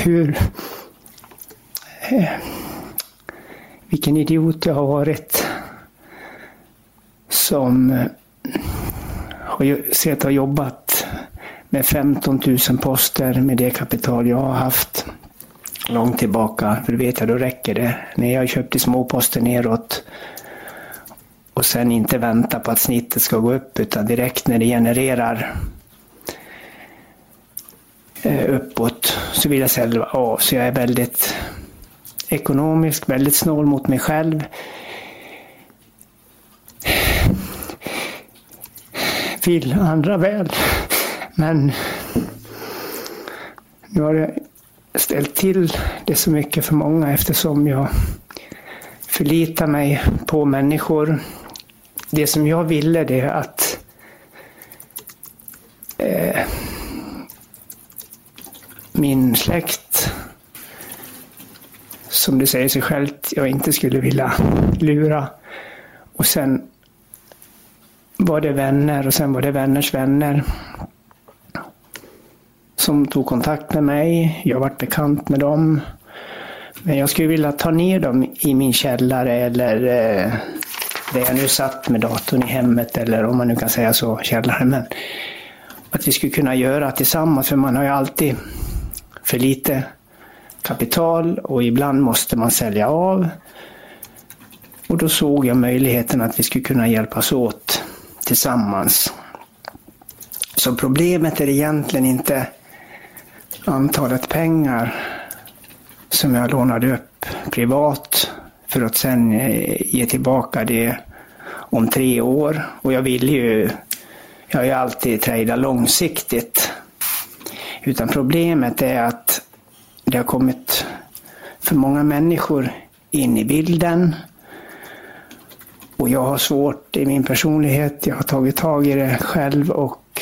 vilken idiot jag har varit som har jobbat med 15 000 poster med det kapital jag har haft långt tillbaka. För du vet jag, då räcker det. När jag köpte små poster neråt och sen inte vänta på att snittet ska gå upp utan direkt när det genererar uppåt så vill jag sälja av. Så jag är väldigt ekonomisk, väldigt snål mot mig själv. Vill andra väl. Men nu har jag ställt till det så mycket för många eftersom jag förlitar mig på människor. Det som jag ville det är att min släkt, som det säger sig självt, jag inte skulle vilja lura. Och sen var det vänner och sen var det vänners vänner som tog kontakt med mig. Jag var bekant med dem. Men jag skulle vilja ta ner dem i min källare eller där jag nu satt med datorn i hemmet, eller om man nu kan säga så, källare. Men att vi skulle kunna göra tillsammans, för man har ju alltid för lite kapital och ibland måste man sälja av. Och då såg jag möjligheten att vi skulle kunna hjälpas åt tillsammans. Så problemet är egentligen inte antalet pengar som jag lånade upp privat för att sen ge tillbaka det om 3 år. Och jag har ju alltid tradat långsiktigt. Utan problemet är att det har kommit för många människor in i bilden. Och jag har svårt i min personlighet. Jag har tagit tag i det själv och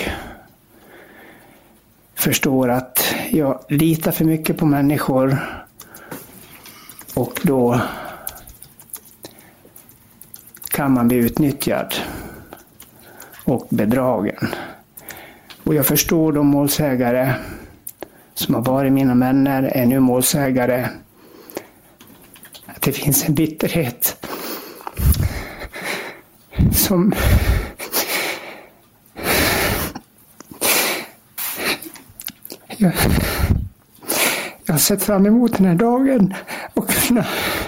förstår att jag litar för mycket på människor. Och då kan man bli utnyttjad och bedragen. Och jag förstår de målsägare som har varit mina vänner, är nu målsägare, att det finns en bitterhet som jag har sett fram emot den här dagen och kunna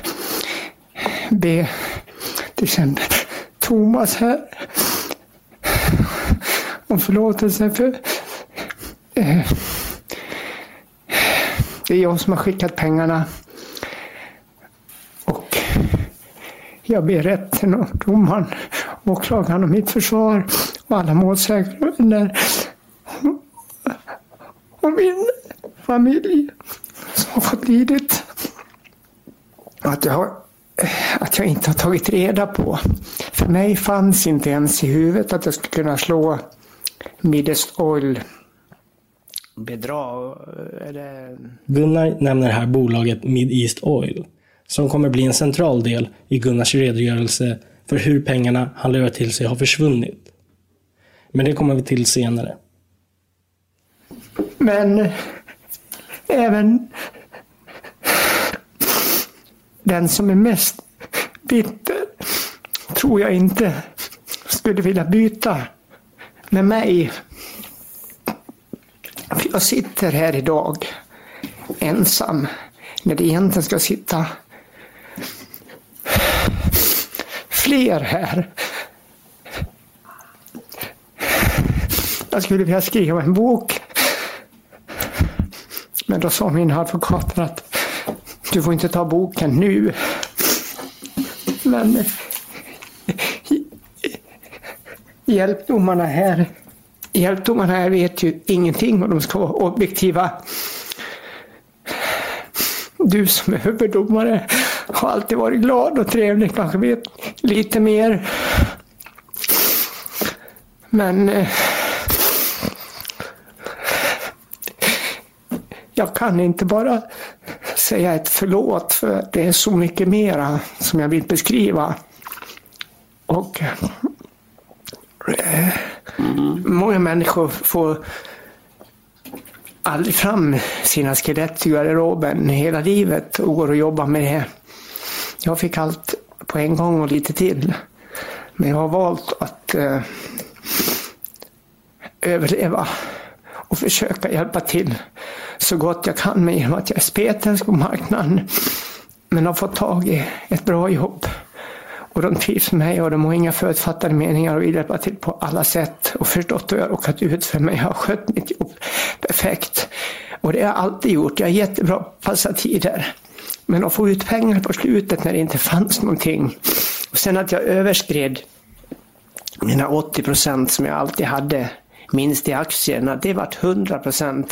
be till exempel Thomas här om förlåtelse för det är jag som har skickat pengarna och jag ber rätten och domaren, åklagaren och mitt försvar och alla målsägare och min familj som har fått lidit. Att jag inte har tagit reda på. För mig fanns inte ens i huvudet att jag skulle kunna slå Mid-East Oil. Gunnar nämner här bolaget Mid-East Oil som kommer bli en central del i Gunnars redogörelse för hur pengarna han lurat till sig har försvunnit. Men det kommer vi till senare. Men även den som är mest bitter tror jag inte skulle vilja byta med mig. Jag sitter här idag ensam när det egentligen ska sitta fler här. Jag skulle vilja skriva en bok, men då sa min advokat att du får inte ta boken nu. Men hjälpdomarna här vet ju ingenting och de ska vara objektiva. Du som är huvuddomare har alltid varit glad och trevlig, kanske vet lite mer. Men jag kan inte bara säga ett förlåt, för det är så mycket mera som jag vill beskriva. Och många människor får aldrig fram sina skelett i garderoben hela livet och går och jobbar med det. Jag fick allt på en gång och lite till. Men jag har valt att överleva och försöka hjälpa till så gott jag kan med genom att jag är spetälsk på marknaden, men har fått tag i ett bra jobb. Och de trivs med mig och de har inga förutfattade meningar och vill hjälpa till på alla sätt och förstått hur jag råkat ut för mig. Jag har skött mitt jobb perfekt. Och det har jag alltid gjort. Jag är jättebra på passa tider. Men att få ut pengar på slutet när det inte fanns någonting. Och sen att jag överskred mina 80% som jag alltid hade minst i aktierna. Det var 100%.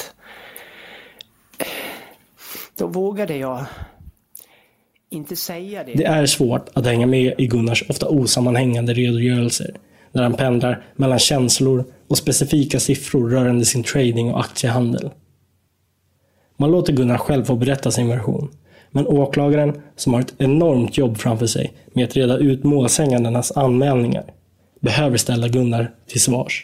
Då vågade jag inte säga det. Det är svårt att hänga med i Gunnars ofta osammanhängande redogörelser, där han pendlar mellan känslor och specifika siffror rörande sin trading och aktiehandel. Man låter Gunnar själv få berätta sin version, men åklagaren, som har ett enormt jobb framför sig med att reda ut målsägandenas anmälningar, behöver ställa Gunnar till svars.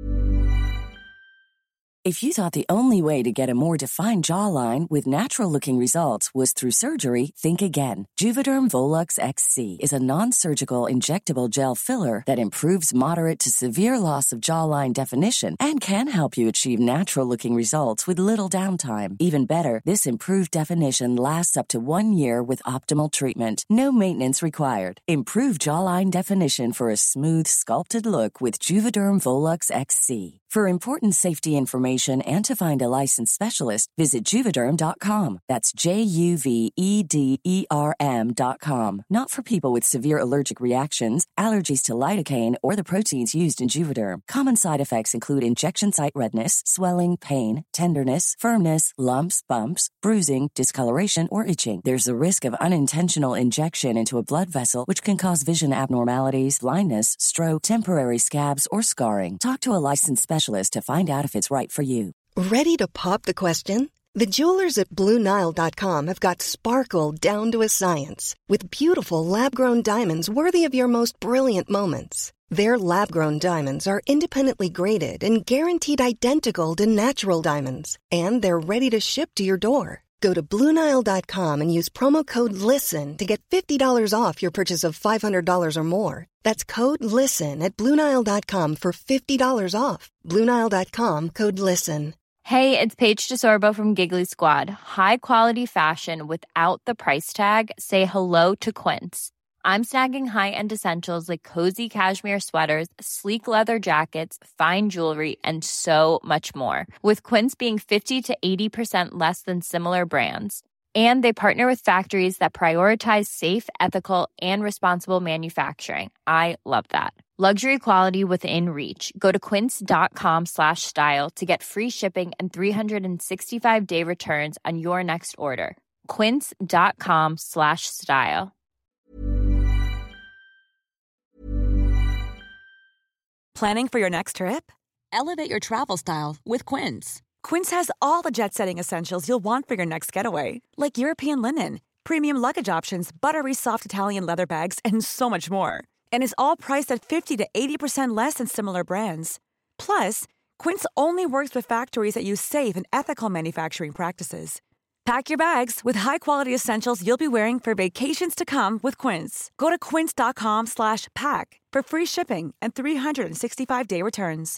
If you thought the only way to get a more defined jawline with natural-looking results was through surgery, think again. Juvederm Volux XC is a non-surgical injectable gel filler that improves moderate to severe loss of jawline definition and can help you achieve natural-looking results with little downtime. Even better, this improved definition lasts up to 1 year with optimal treatment. No maintenance required. Improve jawline definition for a smooth, sculpted look with Juvederm Volux XC. For important safety information and to find a licensed specialist, visit Juvederm.com. That's Juvederm.com. Not for people with severe allergic reactions, allergies to lidocaine, or the proteins used in Juvederm. Common side effects include injection site redness, swelling, pain, tenderness, firmness, lumps, bumps, bruising, discoloration, or itching. There's a risk of unintentional injection into a blood vessel, which can cause vision abnormalities, blindness, stroke, temporary scabs, or scarring. Talk to a licensed specialist to find out if it's right for you. Ready to pop the question? The jewelers at BlueNile.com have got sparkle down to a science with beautiful lab-grown diamonds worthy of your most brilliant moments. Their lab-grown diamonds are independently graded and guaranteed identical to natural diamonds, and they're ready to ship to your door. Go to BlueNile.com and use promo code LISTEN to get $50 off your purchase of $500 or more. That's code LISTEN at BlueNile.com for $50 off. BlueNile.com, code LISTEN. Hey, it's Paige DeSorbo from Giggly Squad. High quality fashion without the price tag. Say hello to Quince. I'm snagging high-end essentials like cozy cashmere sweaters, sleek leather jackets, fine jewelry, and so much more. With Quince being 50 to 80% less than similar brands. And they partner with factories that prioritize safe, ethical, and responsible manufacturing. I love that. Luxury quality within reach. Go to quince.com/style to get free shipping and 365-day returns on your next order. Quince.com/style. Planning for your next trip? Elevate your travel style with Quince. Quince has all the jet-setting essentials you'll want for your next getaway, like European linen, premium luggage options, buttery soft Italian leather bags, and so much more. And is all priced at 50 to 80% less than similar brands. Plus, Quince only works with factories that use safe and ethical manufacturing practices. Pack your bags with high-quality essentials you'll be wearing for vacations to come with Quince. Go to quince.com/pack for free shipping and 365-day returns.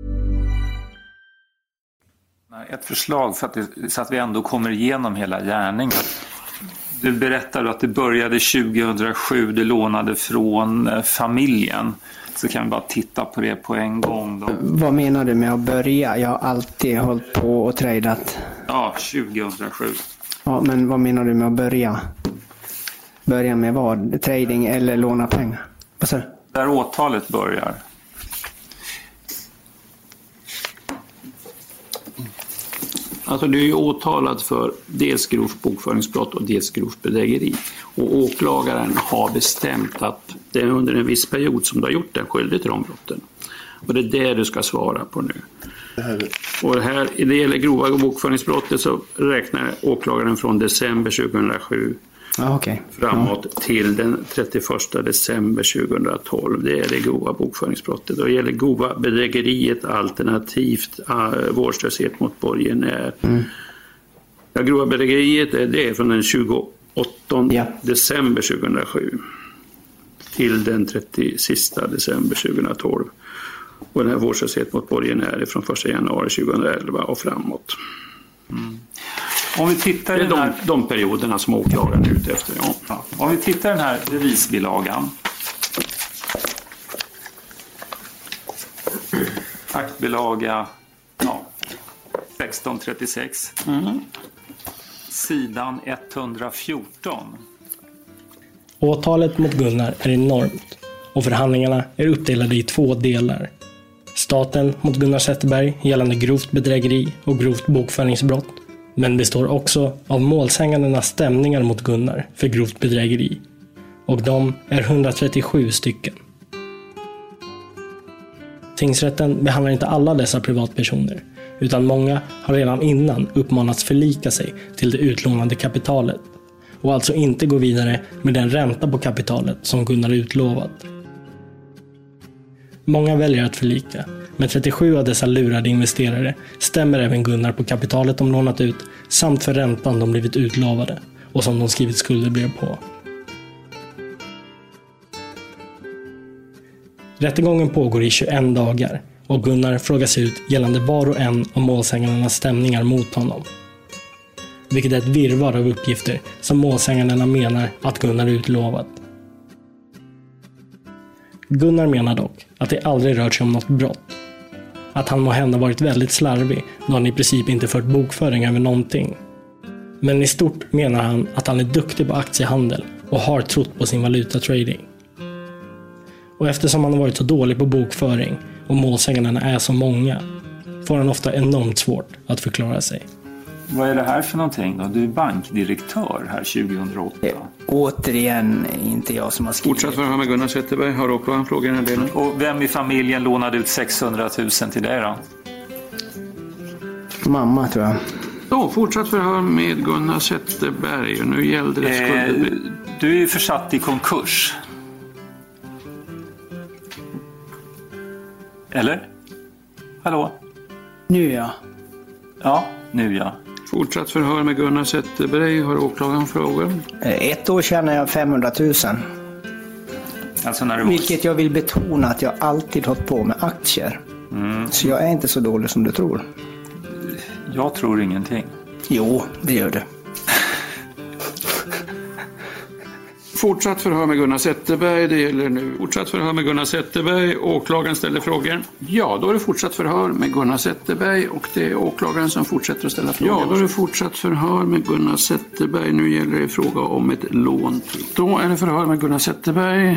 Ett förslag så att vi ändå kommer igenom hela gärningen. Du berättade att det började 2007, du lånade från familjen. Så kan vi bara titta på det på en gång då. Vad menar du med att börja? Jag har alltid hållit på och tradat. Ja, 2007. Ja, men vad menar du med att börja? Börja med vad? Trading eller låna pengar? Vad sa du? Där åtalet börjar. Alltså du är ju åtalad för dels grovt bokföringsbrott och dels grovt bedrägeri. Och åklagaren har bestämt att det är under en viss period som du har gjort den skyldig till de brotten. Och det är det du ska svara på nu. Och här, i det gäller grova bokföringsbrottet så räknar åklagaren från december 2007 framåt till den 31 december 2012. Det är det grova bokföringsbrottet. Och det gäller grova bedrägeriet alternativt vårdslöshet mot borgenär. Ja, grova bedrägeriet det är från den 28 december 2007 till den 30 december 2012. Och den här vårdslöshet mot borgenär är från 1 januari 2011 och framåt. Om vi tittar det är de perioderna som åklagaren är ute efter. Ja. Om vi tittar den här bevisbilagan. Aktbilaga 1636. Sidan 114. Åtalet mot Gunnar är enormt och förhandlingarna är uppdelade i 2 delar. Staten mot Gunnar Zetterberg gällande grovt bedrägeri och grovt bokföringsbrott, men består också av målsägandenas stämningar mot Gunnar för grovt bedrägeri. Och de är 137 stycken. Tingsrätten behandlar inte alla dessa privatpersoner, utan många har redan innan uppmanats förlika sig till det utlånade kapitalet och alltså inte gå vidare med den ränta på kapitalet som Gunnar utlovat. Många väljer att förlika, men 37 av dessa lurade investerare stämmer även Gunnar på kapitalet de lånat ut samt för räntan de blivit utlovade och som de skrivit skuldebrev på. Rättegången pågår i 21 dagar och Gunnar frågas ut gällande var och en av målsägandenas stämningar mot honom. Vilket är ett virrvarr av uppgifter som målsägandena menar att Gunnar utlovat. Gunnar menar dock att det aldrig rört sig om något brott. Att han må hända varit väldigt slarvig då han i princip inte fört bokföring över någonting. Men i stort menar han att han är duktig på aktiehandel och har trott på sin valutatrading. Och eftersom han har varit så dålig på bokföring och målsägandena är så många får han ofta enormt svårt att förklara sig. Vad är det här för någonting då? Du är bankdirektör här 2008. Återigen inte jag som har skrivit. Fortsatt förhör med Gunnar Zetterberg. Har åklagaren frågor i den här delen? Och vem i familjen lånade ut 600 000 till dig då? Mamma tror jag. Då, fortsatt förhör med Gunnar Zetterberg. Nu gällde det skuldebrev. Du är ju försatt i konkurs. Eller? Hallå? Nu ja. Ja, nu ja. Fortsatt förhör med Gunnar Zetterberg. Har åklagaren frågor? 1 år tjänar jag 500 000. Alltså när du Vilket jag vill betona att jag alltid hållit på med aktier. Så jag är inte så dålig som du tror. Jag tror ingenting. Jo, det gör det. Fortsatt förhör med Gunnar Zetterberg, det gäller nu. Fortsatt förhör med Gunnar Zetterberg, åklagaren ställer frågor. Ja, då är det fortsatt förhör med Gunnar Zetterberg och det är åklagaren som fortsätter att ställa frågor. Ja, då är det fortsatt förhör med Gunnar Zetterberg, nu gäller det fråga om ett lån. Då är det förhör med Gunnar Zetterberg.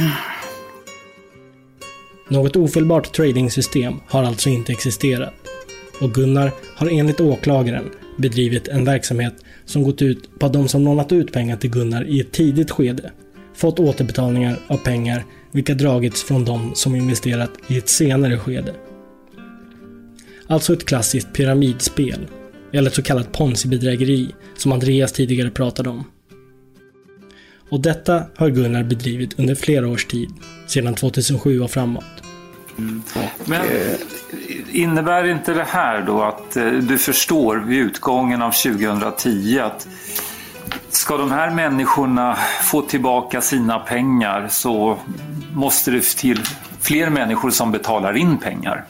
Något ofelbart tradingsystem har alltså inte existerat. Och Gunnar har enligt åklagaren bedrivit en verksamhet som gått ut på att de som lånat ut pengar till Gunnar i ett tidigt skede fått återbetalningar av pengar vilka dragits från de som investerat i ett senare skede. Alltså ett klassiskt pyramidspel, eller ett så kallat ponzi-bedrägeri som Andreas tidigare pratade om. Och detta har Gunnar bedrivit under flera års tid, sedan 2007 och framåt. Men innebär inte det här då att du förstår vid utgången av 2010 att ska de här människorna få tillbaka sina pengar så måste det till fler människor som betalar in pengar?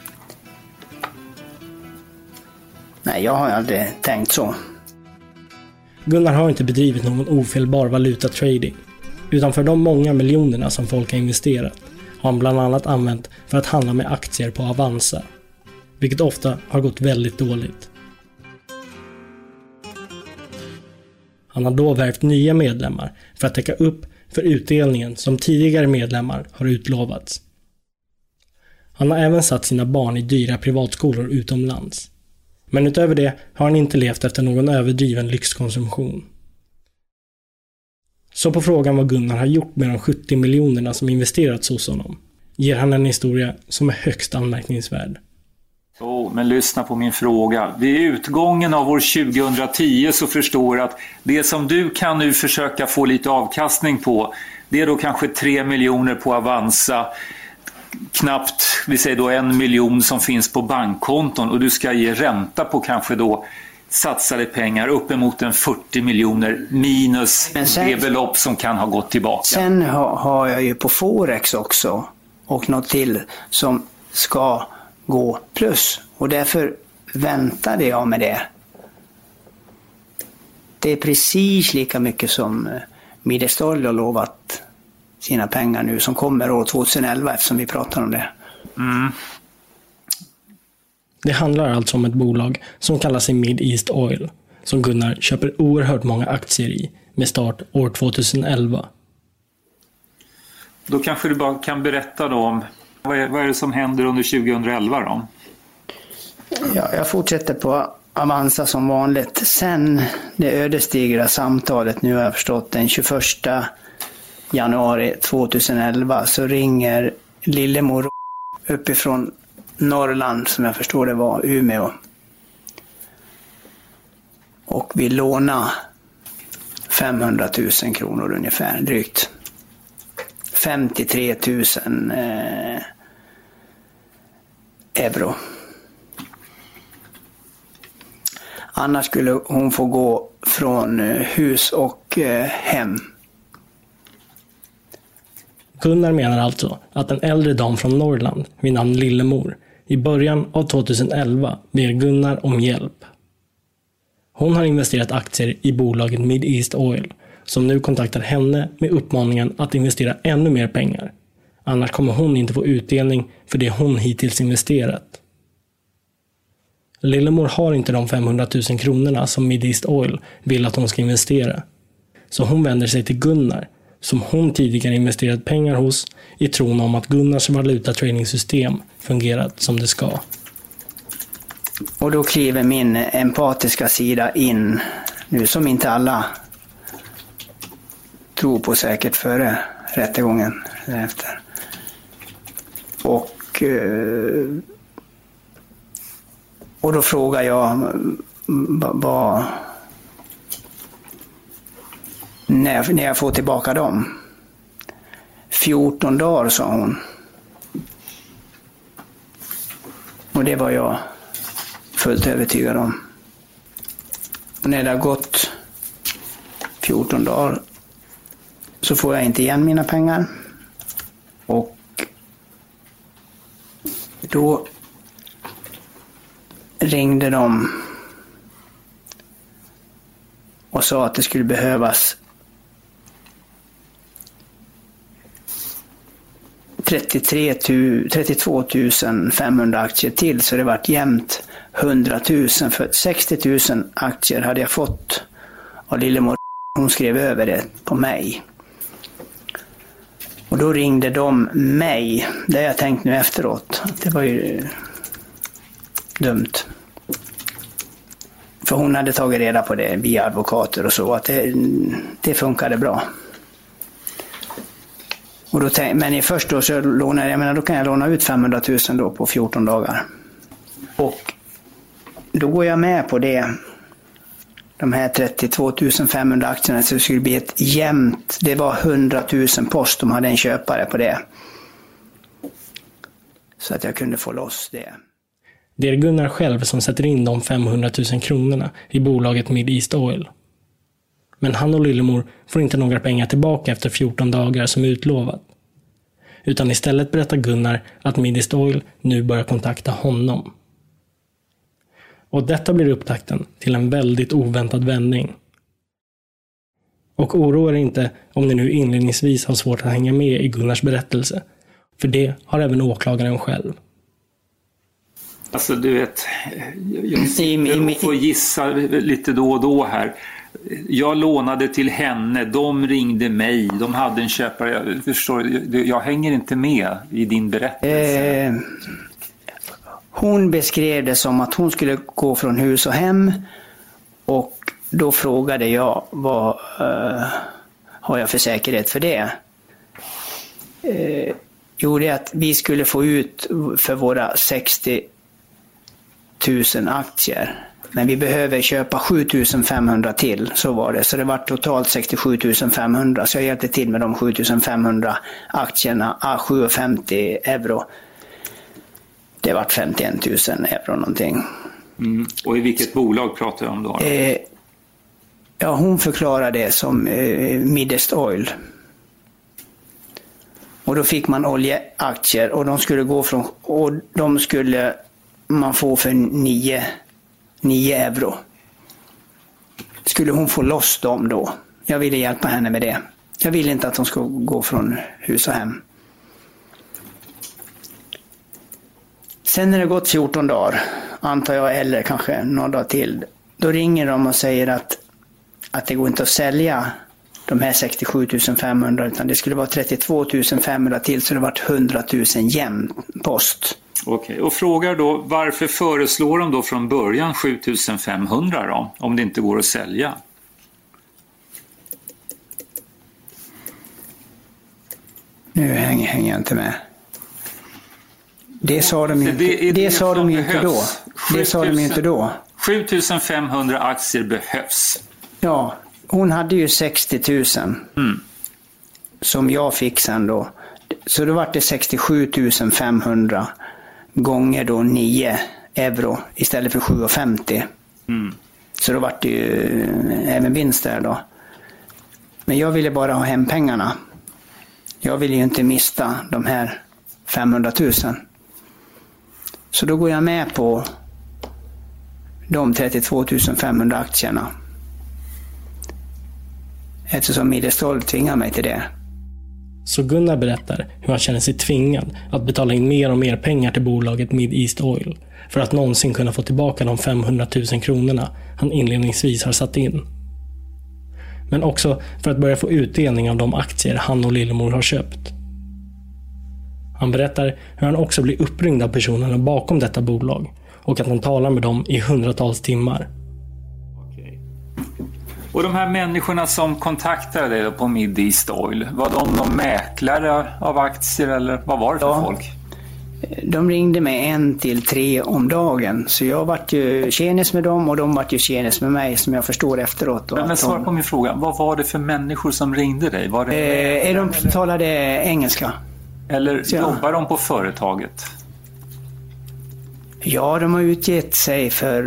Nej, jag har aldrig tänkt så. Gunnar har inte bedrivit någon ofelbar valutatrading, utan för de många miljonerna som folk har investerat har han bland annat använt för att handla med aktier på Avanza, vilket ofta har gått väldigt dåligt. Han har då värvt nya medlemmar för att täcka upp för utdelningen som tidigare medlemmar har utlovats. Han har även satt sina barn i dyra privatskolor utomlands. Men utöver det har han inte levt efter någon överdriven lyxkonsumtion. Så på frågan vad Gunnar har gjort med de 70 miljonerna som investerats hos honom ger han en historia som är högst anmärkningsvärd. Men lyssna på min fråga. Vid utgången av år 2010 så förstår jag att det som du kan nu försöka få lite avkastning på, det är då kanske 3 miljoner på Avanza, knappt, vi säger då 1 miljon som finns på bankkonton, och du ska ge ränta på kanske då satsade pengar uppemot en 40 miljoner minus det belopp som kan ha gått tillbaka. Sen har jag ju på Forex också och något till som ska gå plus, och därför väntade jag med det. Det är precis lika mycket som Midwest Oil har lovat sina pengar nu som kommer år 2011, eftersom vi pratar om det. Det handlar alltså om ett bolag som kallar sig Mid-East Oil, som Gunnar köper oerhört många aktier i med start år 2011. Då kanske du bara kan berätta då om vad är det som händer under 2011 då? Ja, jag fortsätter på Avanza som vanligt. Sen det ödesdigra samtalet, nu har jag förstått, den 21 januari 2011 så ringer Lillemor uppifrån Norrland, som jag förstår det var Umeå, och vi låna 500 000 kronor ungefär, drygt 53 000 euro. Annars skulle hon få gå från hus och hem. Gunnar menar alltså att en äldre dam från Norrland vid namn Lillemor i början av 2011 ber Gunnar om hjälp. Hon har investerat aktier i bolaget Mid-East Oil, som nu kontaktar henne med uppmaningen att investera ännu mer pengar. Annars kommer hon inte få utdelning för det hon hittills investerat. Lillemor har inte de 500 000 kronorna som Mid-East Oil vill att hon ska investera. Så hon vänder sig till Gunnar, som hon tidigare investerat pengar hos, i tron om att Gunnars valutatradingssystem fungerat som det ska. Och då kliver min empatiska sida in, nu som inte alla tror på säkert före rättegången efter. Och då frågar jag när jag får tillbaka dem. 14 dagar, sa hon. Och det var jag fullt övertygad om. Och när det har gått 14 dagar så får jag inte igen mina pengar. Och då ringde de och sa att det skulle behövas 32 500 aktier till, så det vart jämnt 100 000. För 60 000 aktier hade jag fått av Lillemor. Hon skrev över det på mig. Och då ringde de mig. Det har jag tänkt nu efteråt. Det var ju dumt. För hon hade tagit reda på det via advokater och så, att det funkade bra. Och då men i först då så lånade jag, då kan jag låna ut 500 000 då på 14 dagar. Och då går jag med på det. De här 32 500 aktierna, så det skulle bli ett jämnt, det var 100 000 post, de hade en köpare på det. Så att jag kunde få loss det. Det är Gunnar själv som sätter in de 500 000 kronorna i bolaget Mid-East Oil. Men han och Lillemor får inte några pengar tillbaka efter 14 dagar som utlovat. Utan istället berättar Gunnar att Mid-East Oil nu börjar kontakta honom. Och detta blir upptakten till en väldigt oväntad vändning. Och oroa er inte om ni nu inledningsvis har svårt att hänga med i Gunnars berättelse. För det har även åklagaren själv. Alltså du vet, jag får gissa lite då och då här. Jag lånade till henne, de ringde mig, de hade en köpare. Jag förstår, jag hänger inte med i din berättelse. Hon beskrev det som att hon skulle gå från hus och hem, och då frågade jag vad har jag för säkerhet för det? Jo, det är att vi skulle få ut för våra 60 000 aktier. Men vi behöver köpa 7 500 till, så var det. Så det var totalt 67 500. Så jag hjälpte till med de 7 500 aktierna, 7,50 euro. Det var 51 000 euro någonting. Och i vilket bolag pratar du om då? Ja, hon förklarade det som Midwest Oil. Och då fick man oljeaktier, och de skulle gå från, och de skulle man få för 9 euro. Skulle hon få loss dem då? Jag ville hjälpa henne med det. Jag ville inte att de skulle gå från hus och hem. Sen när det gått 14 dagar, antar jag, eller kanske några dagar till, då ringer de och säger att det går inte att sälja de här 67 500, utan det skulle vara 32 500 till, så det var 100 000 jämn post. Okej, och frågar då, varför föreslår de då från början 7 500 då, om det inte går att sälja? Nu hänger jag inte med. Det sa de inte, det sa de inte då. Det sa de inte då. 7 500 aktier behövs. Ja, hon hade ju 60 000 som jag fick sen då. Så då var det 67 500 gånger då 9 euro istället för 7,50. Så då var det ju även vinst där då. Men jag ville bara ha hem pengarna. Jag ville ju inte mista de här 500 000. Så då går jag med på de 32 500 aktierna. Eftersom Midwest Oil tvingar mig till det. Så Gunnar berättar hur han känner sig tvingad att betala in mer och mer pengar till bolaget Midwest Oil för att någonsin kunna få tillbaka de 500 000 kronorna han inledningsvis har satt in. Men också för att börja få utdelning av de aktier han och Lillemor har köpt. Han berättar hur han också blir uppringd av personerna bakom detta bolag och att han talar med dem i hundratals timmar. Okej. Och de här människorna som kontaktade dig på Midwest Oil, var de mäklare av aktier eller vad var det för folk? De ringde mig 1 till 3 om dagen, så jag vart ju tjenis med dem och de vart ju tjenis med mig, som jag förstår efteråt. Men svar på min fråga, vad var det för människor som ringde dig? Var det de talade engelska. Eller jobbar de på företaget? Ja, de har utgett sig för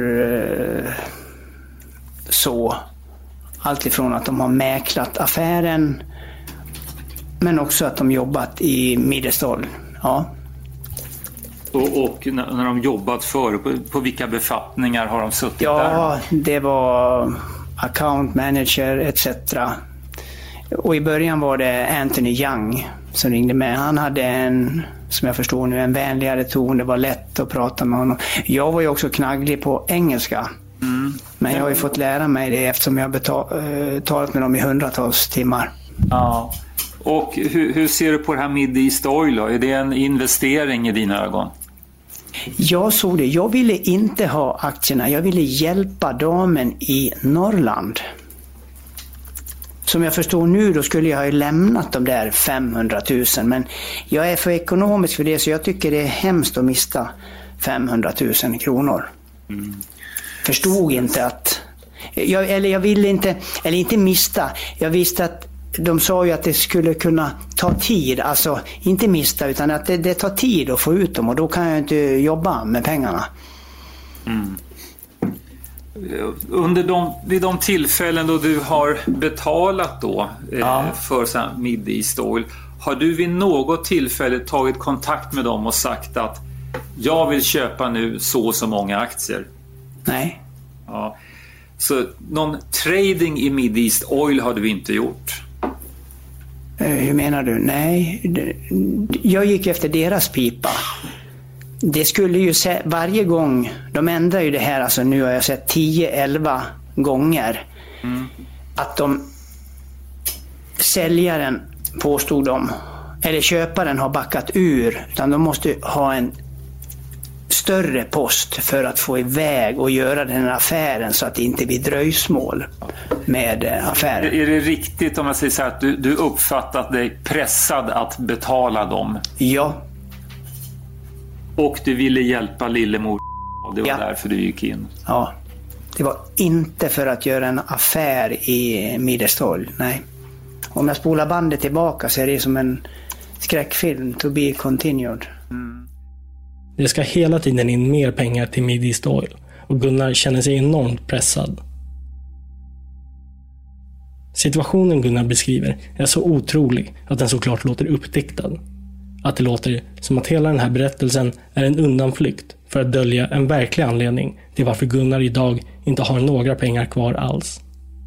så. Allt ifrån att de har mäklat affären, men också att de jobbat i Midwest Oil. Ja. Och när de jobbat för, på vilka befattningar har de suttit där? Ja, det var account manager etc. Och i början var det Anthony Young som ringde med. Han hade en, som jag förstår nu, en vänligare ton. Det var lätt att prata med honom. Jag var ju också knagglig på engelska. Men jag har ju fått lära mig det eftersom jag har talat med dem i hundratals timmar. Ja. Och hur ser du på det här Midwest Oil då? Är det en investering i dina ögon? Jag såg det. Jag ville inte ha aktierna. Jag ville hjälpa damen i Norrland. Som jag förstår nu, då skulle jag ha lämnat de där 500 000. Men jag är för ekonomisk för det, så jag tycker det är hemskt att mista 500 000 kronor. Förstod inte att... Jag ville inte... Eller inte mista. Jag visste att de sa ju att det skulle kunna ta tid. Alltså, inte mista, utan att det tar tid att få ut dem. Och då kan jag inte jobba med pengarna. Vid de tillfällen då du har betalat då för Midwest Oil, har du vid något tillfälle tagit kontakt med dem och sagt att jag vill köpa nu så många aktier? Nej. Ja. Så någon trading i Midwest Oil har du inte gjort? Hur menar du? Nej, jag gick efter deras pipa. Det skulle ju varje gång, de ändrar ju det här, alltså nu har jag sett 10-11 gånger att säljaren, påstod de, eller köparen har backat ur, utan de måste ha en större post för att få iväg och göra den här affären så att det inte blir dröjsmål med affären. Är det riktigt om jag säger så här att du uppfattat dig pressad att betala dem? Ja. Och du ville hjälpa lillemor, det var därför du gick in? Ja, det var inte för att göra en affär i Middestoil, nej. Om jag spolar bandet tillbaka så är det som en skräckfilm, to be continued. Det ska hela tiden in mer pengar till Middestoil och Gunnar känner sig enormt pressad. Situationen Gunnar beskriver är så otrolig att den såklart låter uppdiktad. Att det låter som att hela den här berättelsen är en undanflykt för att dölja en verklig anledning till varför Gunnar idag inte har några pengar kvar alls.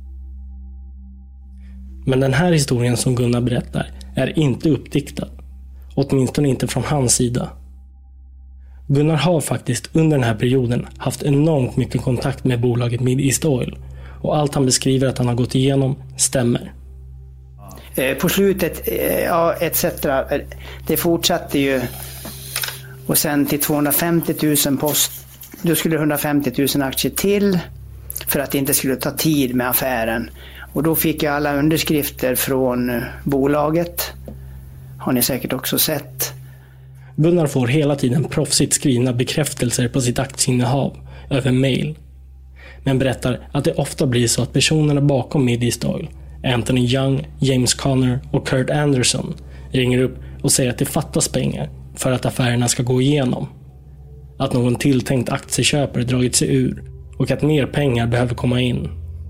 Men den här historien som Gunnar berättar är inte uppdiktad. Åtminstone inte från hans sida. Gunnar har faktiskt under den här perioden haft enormt mycket kontakt med bolaget Middestoil och allt han beskriver att han har gått igenom stämmer. På slutet, ja, etc. Det fortsatte ju och sen till 250 000 post, då skulle 150 000 aktier till för att det inte skulle ta tid med affären. Och då fick jag alla underskrifter från bolaget. Har ni säkert också sett. Gunnar får hela tiden proffsigt skrivna bekräftelser på sitt aktieinnehav över mail. Men berättar att det ofta blir så att personerna bakom Middestoil, Anthony Young, James Conner och Kurt Anderson, ringer upp och säger att det fattas pengar för att affärerna ska gå igenom. Att någon tilltänkt aktieköpare dragit sig ur och att mer pengar behöver komma in.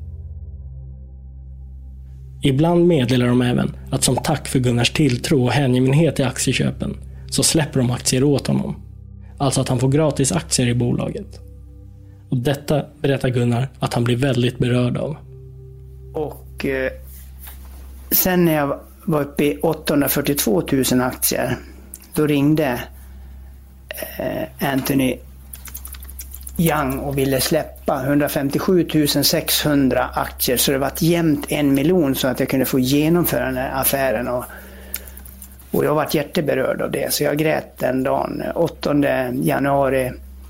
Ibland meddelar de även att som tack för Gunnars tilltro och hängivenhet i aktieköpen så släpper de aktier åt honom. Alltså att han får gratis aktier i bolaget. Och detta berättar Gunnar att han blir väldigt berörd av. Och sen när jag var uppe i 842 000 aktier, då ringde Anthony Young och ville släppa 157 600 aktier, så det var jämnt 1 miljon så att jag kunde få genomföra den här affären, och jag var jätteberörd av det, så jag grät den dagen. 8 januari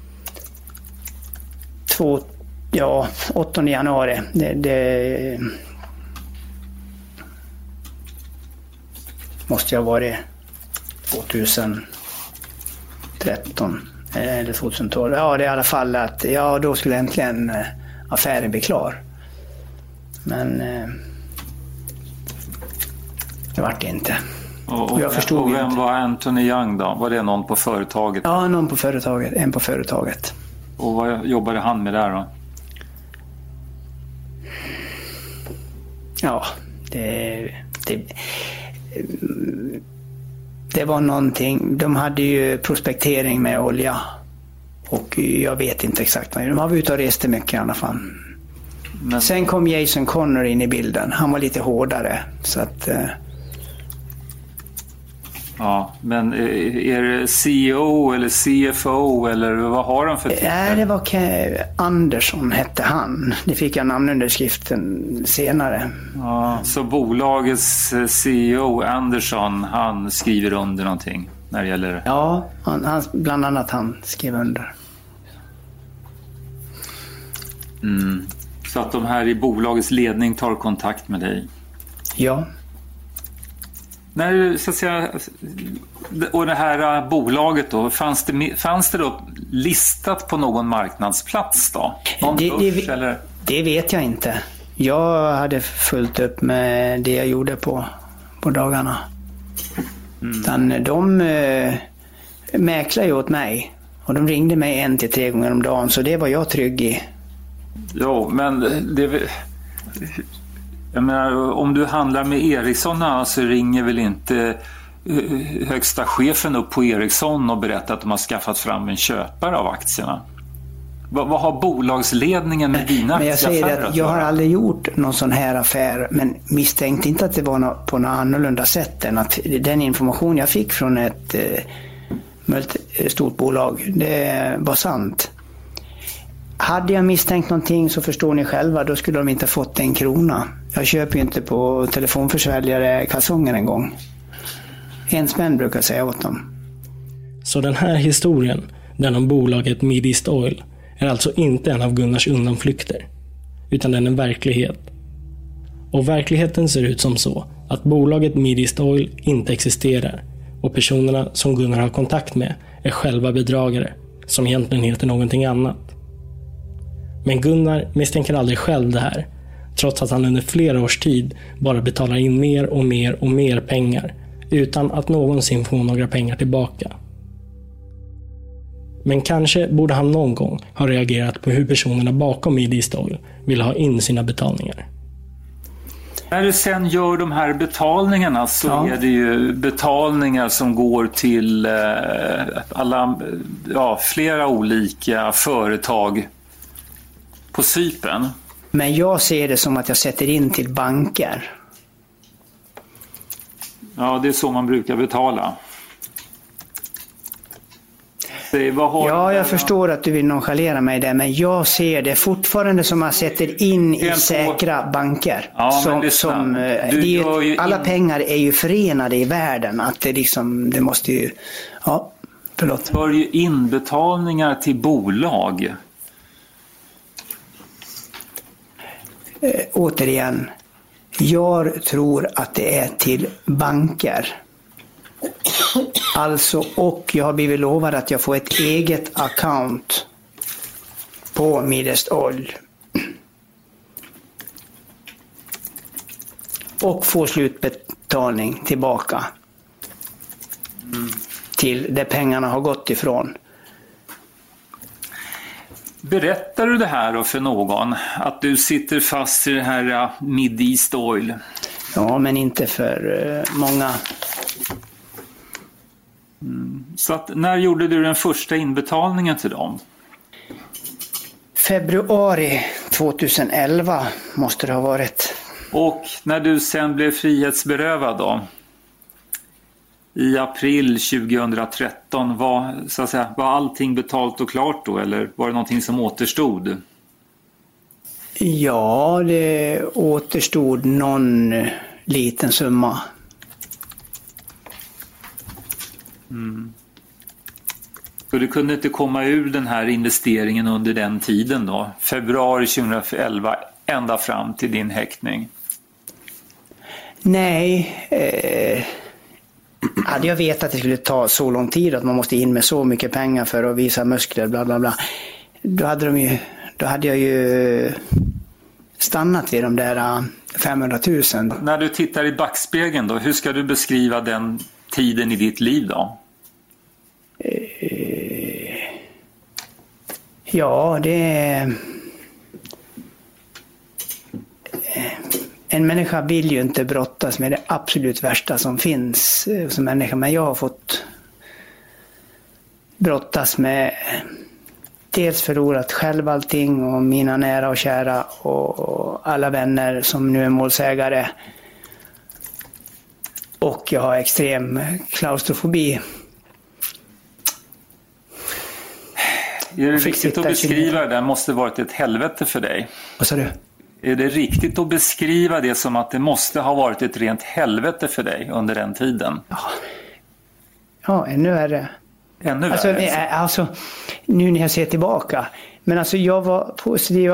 8 januari det måste jag ha varit 2013 eller 2012. Ja, det är i alla fall att då skulle äntligen affären bli klar. Men det var det inte. Och vem var Anthony Young då? Var det någon på företaget? Ja, någon på företaget. En på företaget. Och vad jobbade han med där då? Ja, det var någonting. De hade ju prospektering med olja. Och jag vet inte exakt vad. De var ute och reste mycket i alla fall. Men... Sen kom Jason Conner in i bilden. Han var lite hårdare. Så att... Ja, men är det CEO eller CFO eller vad har de för titel? Nej, det var Andersson hette han. Det fick jag namnunderskriften senare. Ja, så bolagets CEO Andersson, han skriver under någonting när det gäller... Ja, han bland annat han skrev under. Så att de här i bolagets ledning tar kontakt med dig? Ja. När, så att säga, och det här bolaget då, fanns det då listat på någon marknadsplats då? Det vet jag inte. Jag hade fullt upp med det jag gjorde på dagarna. De mäklade ju åt mig och de ringde mig 1 till 3 gånger om dagen, så det var jag trygg i. Jo, men det... Jag menar, om du handlar med Ericsson så ringer väl inte högsta chefen upp på Ericsson och berättar att de har skaffat fram en köpare av aktierna? Vad har bolagsledningen med dina aktieaffärer? Men jag säger att jag har aldrig gjort någon sån här affär, men misstänkte inte att det var på något annorlunda sätt än att den information jag fick från ett stort bolag, det var sant. Hade jag misstänkt någonting så förstår ni själva, då skulle de inte ha fått 1 krona. Jag köper ju inte på telefonförsäljare kalsonger en gång. 1 spänn brukar jag säga åt dem. Så den här historien den om bolaget Mid East Oil, är alltså inte en av Gunnars undanflykter, utan den är verklighet. Och verkligheten ser ut som så att bolaget Mid East Oil inte existerar och personerna som Gunnar har kontakt med är själva bedragare som egentligen heter någonting annat. Men Gunnar misstänker aldrig själv det här, trots att han under flera års tid bara betalar in mer och mer och mer pengar utan att någonsin få några pengar tillbaka. Men kanske borde han någon gång ha reagerat på hur personerna bakom Mid East Oil vill ha in sina betalningar. När du sen gör de här betalningarna så är det ju betalningar som går till flera olika företag på Cypern. Men jag ser det som att jag sätter in till banker. Ja, det är så man brukar betala. Jag förstår att du vill nonchalera mig där, men jag ser det fortfarande som att jag sätter in i säkra banker. Ja, alla pengar är ju förenade i världen. Att det måste ju... Ja, förlåt. Det var ju inbetalningar till bolag. Återigen, jag tror att det är till banker. Alltså, och jag har blivit lovad att jag får ett eget account på Mid East Oil. Och få slutbetalning tillbaka till där pengarna har gått ifrån. Berättar du det här då för någon? Att du sitter fast i det här Mid East Oil? Ja, men inte för många. Så att, när gjorde du den första inbetalningen till dem? Februari 2011 måste det ha varit. Och när du sen blev frihetsberövad då? I april 2013, var allting betalt och klart då? Eller var det någonting som återstod? Ja, det återstod någon liten summa. Så du kunde inte komma ur den här investeringen under den tiden då? Februari 2011 ända fram till din häktning? Nej, hade jag vetat att det skulle ta så lång tid att man måste in med så mycket pengar för att visa muskler bla bla bla, då hade jag ju stannat vid de där 500 000. När du tittar i backspegeln då, hur ska du beskriva den tiden i ditt liv då? Ja, det är... En människa vill ju inte brottas med det absolut värsta som finns som människa, men jag har fått brottas med dels förlorat själv allting och mina nära och kära och alla vänner som nu är målsägare. Och jag har extrem klaustrofobi. Är det riktigt att beskriva det? Det måste varit ett helvete för dig. Vad sa du? Är det riktigt att beskriva det som att det måste ha varit ett rent helvete för dig under den tiden? Ja, ännu värre. Ännu värre? Alltså, nu när jag ser tillbaka. Men alltså jag var positiv,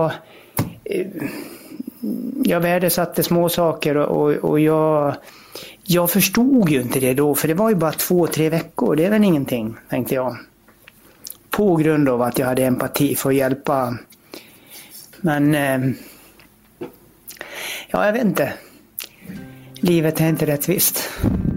jag värdesatte små saker och jag förstod ju inte det då, för det var ju bara 2-3 veckor, det är väl ingenting, tänkte jag. På grund av att jag hade empati för att hjälpa. Men jag vet inte. Livet är inte rättvist.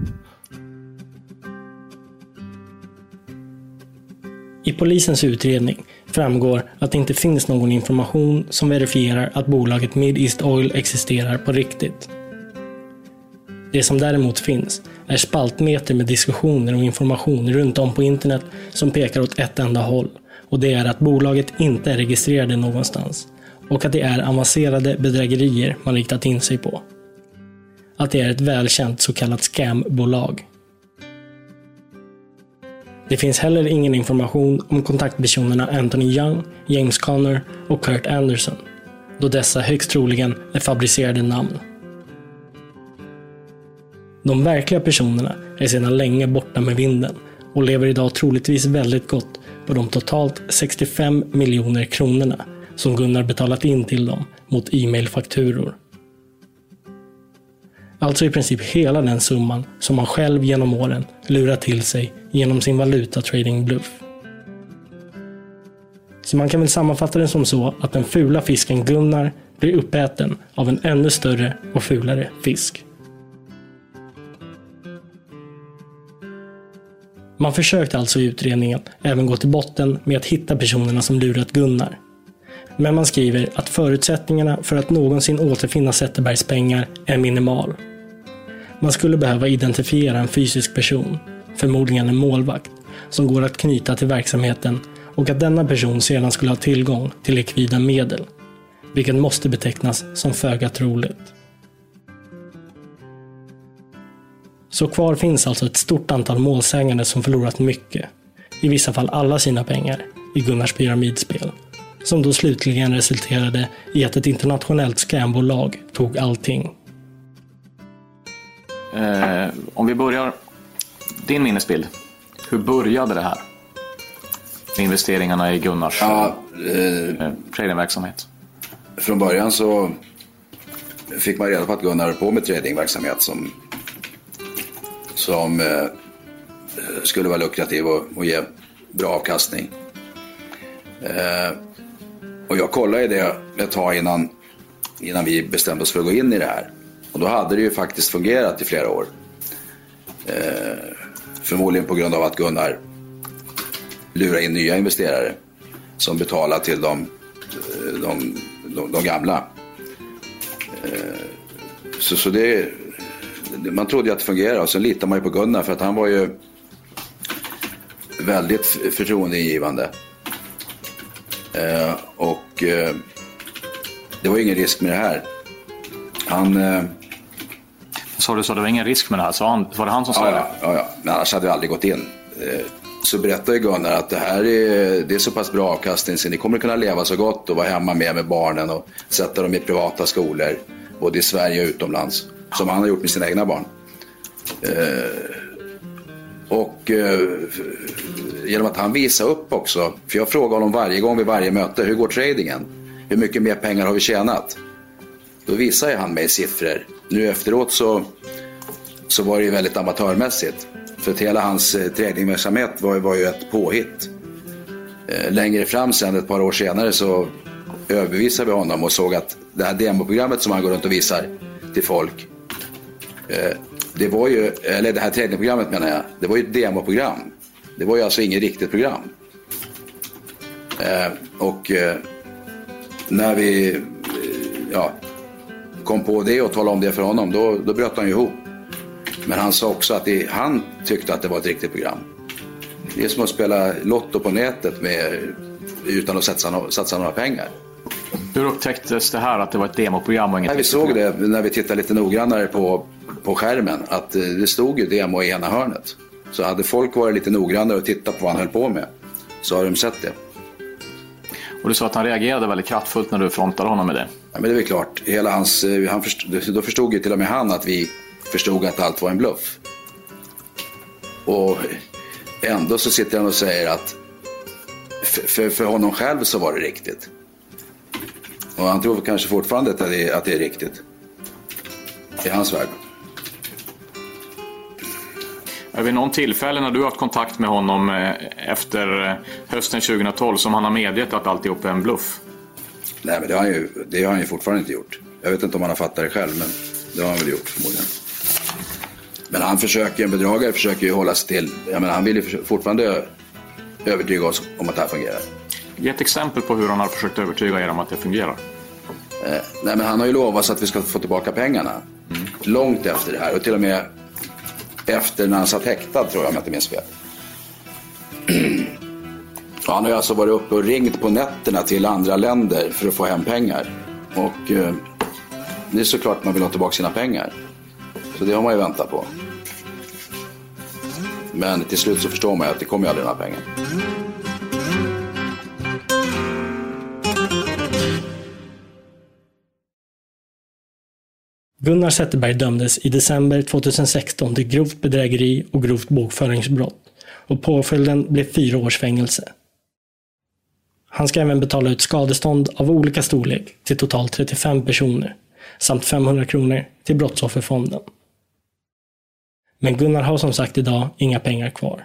I polisens utredning framgår att det inte finns någon information som verifierar att bolaget Mid East Oil existerar på riktigt. Det som däremot finns är spaltmeter med diskussioner och information runt om på internet som pekar åt ett enda håll, och det är att bolaget inte är registrerade någonstans och att det är avancerade bedrägerier man riktat in sig på. Att det är ett välkänt så kallat scambolag. Det finns heller ingen information om kontaktpersonerna Anthony Young, James Conner och Kurt Anderson, då dessa högst troligen är fabricerade namn. De verkliga personerna är sedan länge borta med vinden och lever idag troligtvis väldigt gott på de totalt 65 miljoner kronorna som Gunnar betalat in till dem mot e-mailfakturor. Alltså i princip hela den summan som han själv genom åren lurat till sig genom sin valutatrading-bluff. Så man kan väl sammanfatta det som så att den fula fisken Gunnar blir uppäten av en ännu större och fulare fisk. Man försökte alltså i utredningen även gå till botten med att hitta personerna som lurat Gunnar. Men man skriver att förutsättningarna för att någonsin återfinna Zetterbergs pengar är minimal. Man skulle behöva identifiera en fysisk person, förmodligen en målvakt, som går att knyta till verksamheten och att denna person sedan skulle ha tillgång till likvida medel, vilket måste betecknas som föga troligt. Så kvar finns alltså ett stort antal målsägande som förlorat mycket, i vissa fall alla sina pengar, i Gunnars pyramidspel, som då slutligen resulterade i att ett internationellt scambolag tog allting. Om vi börjar din minnesbild, hur började det här? Investeringarna i Gunnars tradingverksamhet. Från början så fick man reda på att Gunnar på med tradingverksamhet som skulle vara lukrativ och ge bra avkastning. Och jag kollade det ett tag innan vi bestämde oss för att gå in i det här. Och då hade det ju faktiskt fungerat i flera år. Förmodligen på grund av att Gunnar lurar in nya investerare som betalar till de gamla. Så det, man trodde ju att det fungerade, och så litar man ju på Gunnar för att han var ju väldigt förtroendeingivande. Och det var ingen risk med det här. Så det var ingen risk med det här? Var det han som sa det? Ja, men annars hade vi aldrig gått in. Så berättade ju Gunnar att det här det är så pass bra avkastning så ni kommer kunna leva så gott och vara hemma med barnen och sätta dem i privata skolor både i Sverige och utomlands, som han har gjort med sina egna barn. Och genom att han visar upp också, för jag frågar honom varje gång vid varje möte, hur går tradingen? Hur mycket mer pengar har vi tjänat? Då visar han mig siffror. Nu efteråt så var det ju väldigt amatörmässigt. För att hela hans tradingverksamhet var ju ett påhitt. Längre fram sen, ett par år senare, så överbevisade vi honom och såg att det här demoprogrammet som han går runt och visar till folk, det var ju, eller det här tradingprogrammet menar jag, det var ju ett demoprogram. Det var ju alltså inget riktigt program. Och när vi kom på det och talade om det för honom, då bröt han ju ihop. Men han sa också att han tyckte att det var ett riktigt program. Det är som att spela lotto på nätet utan att satsa några pengar. Hur upptäcktes det här att det var ett demoprogram och inget? Vi såg det när vi tittade lite noggrannare på skärmen, att det stod ju demo i ena hörnet. Så hade folk varit lite noggrannare och tittat på vad han höll på med, så har de sett det. Och du sa att han reagerade väldigt kraftfullt när du frontade honom med det. Ja, men det är väl klart. Då förstod ju till och med han att vi förstod att allt var en bluff. Och ändå så sitter han och säger att för honom själv så var det riktigt. Och han tror kanske fortfarande att det är riktigt i hans värld. Är det någon tillfälle när du har haft kontakt med honom efter hösten 2012 som han har medgett att alltihop är en bluff? Nej, men det har han ju fortfarande inte gjort. Jag vet inte om han har fattat det själv, men det har han väl gjort förmodligen. Men en bedragare försöker ju hålla sig till, han vill ju fortfarande övertyga oss om att det här fungerar. Ge ett exempel på hur han har försökt övertyga er om att det fungerar. Nej, men han har ju lovat att vi ska få tillbaka pengarna. Långt efter det här, och till och med efter när han satt häktad, tror jag, om jag inte minns fel. Och han har ju alltså varit uppe och ringt på nätterna till andra länder för att få hem pengar. Och det är såklart man vill ha tillbaka sina pengar. Så det har man ju väntat på. Men till slut så förstår man ju att det kommer ju aldrig några pengar. Gunnar Zetterberg dömdes i december 2016 till grovt bedrägeri och grovt bokföringsbrott, och påföljden blev 4 års fängelse. Han ska även betala ut skadestånd av olika storlek till totalt 35 personer samt 500 kronor till Brottsofferfonden. Men Gunnar har som sagt idag inga pengar kvar.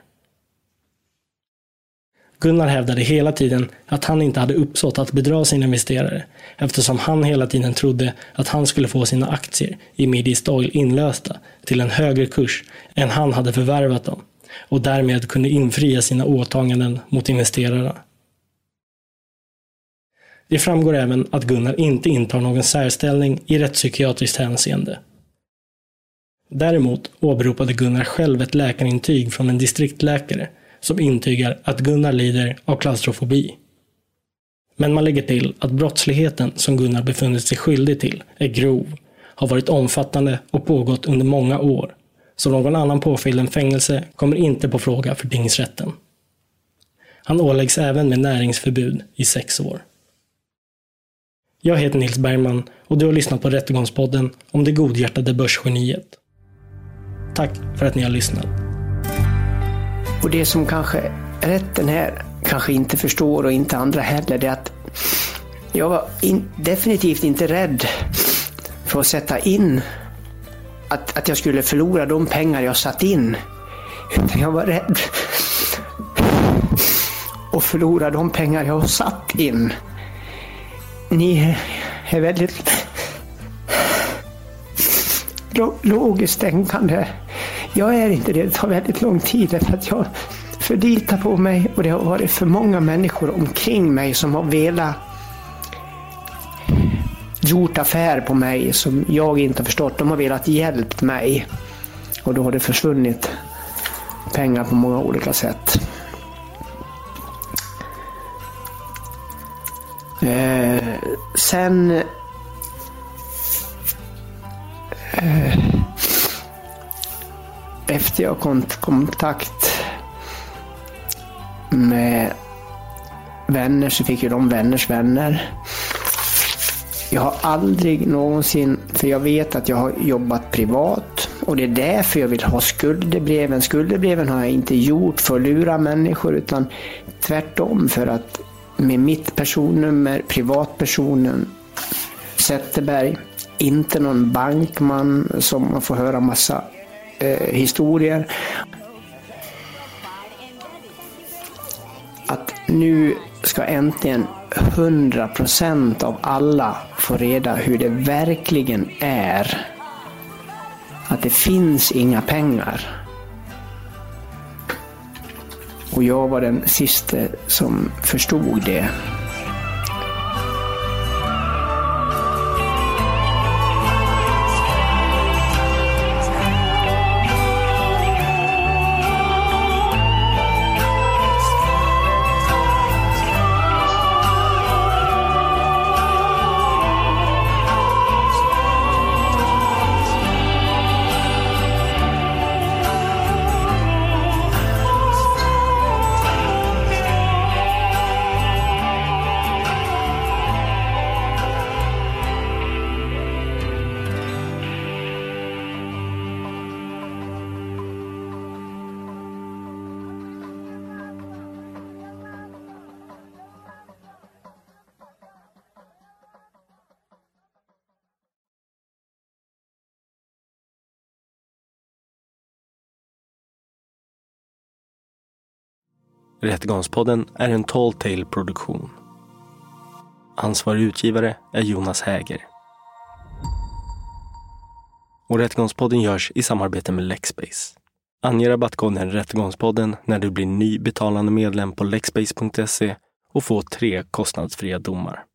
Gunnar hävdade hela tiden att han inte hade uppsåt att bedra sina investerare eftersom han hela tiden trodde att han skulle få sina aktier i Mid-East Oil inlösta till en högre kurs än han hade förvärvat dem och därmed kunde infria sina åtaganden mot investerarna. Det framgår även att Gunnar inte intar någon särställning i rättspsykiatriskt hänseende. Däremot åberopade Gunnar själv ett läkarintyg från en distriktläkare som intygar att Gunnar lider av klaustrofobi. Men man lägger till att brottsligheten som Gunnar befunnit sig skyldig till är grov, har varit omfattande och pågått under många år, så någon annan påföljd än fängelse kommer inte på fråga för tingsrätten. Han åläggs även med näringsförbud i 6 år. Jag heter Nils Bergman och du har lyssnat på Rättegångspodden om det godhjärtade börsgeniet. Tack för att ni har lyssnat. Och det som kanske rätten här kanske inte förstår och inte andra heller, det är att jag var definitivt inte rädd för att sätta in att jag skulle förlora de pengar jag satt in. Utan jag var rädd att förlora de pengar jag har satt in. Ni är väldigt logiskt tänkande. Jag är inte det. Det tar väldigt lång tid för att jag förlitar på mig och det har varit för många människor omkring mig som har velat gjort affär på mig som jag inte har förstått. De har velat hjälpa mig och då har det försvunnit pengar på många olika sätt. Sen efter jag kom kontakt med vänner så fick ju de vänners vänner. Jag har aldrig någonsin, för jag vet att jag har jobbat privat och det är därför jag vill ha skuldebreven. Skuldebreven har jag inte gjort för att lura människor utan tvärtom för att med mitt personnummer, privatpersonen Zetterberg, inte någon bankman som man får höra massa historier. Att nu ska äntligen 100% av alla få reda hur det verkligen är. Att det finns inga pengar. Och jag var den sista som förstod det. Rättegångspodden är en Tall Tale-produktion. Ansvarig utgivare är Jonas Häger. Och Rättegångspodden görs i samarbete med Lexbase. Ange rabattkoden Rättegångspodden när du blir ny betalande medlem på lexbase.se och få 3 kostnadsfria domar.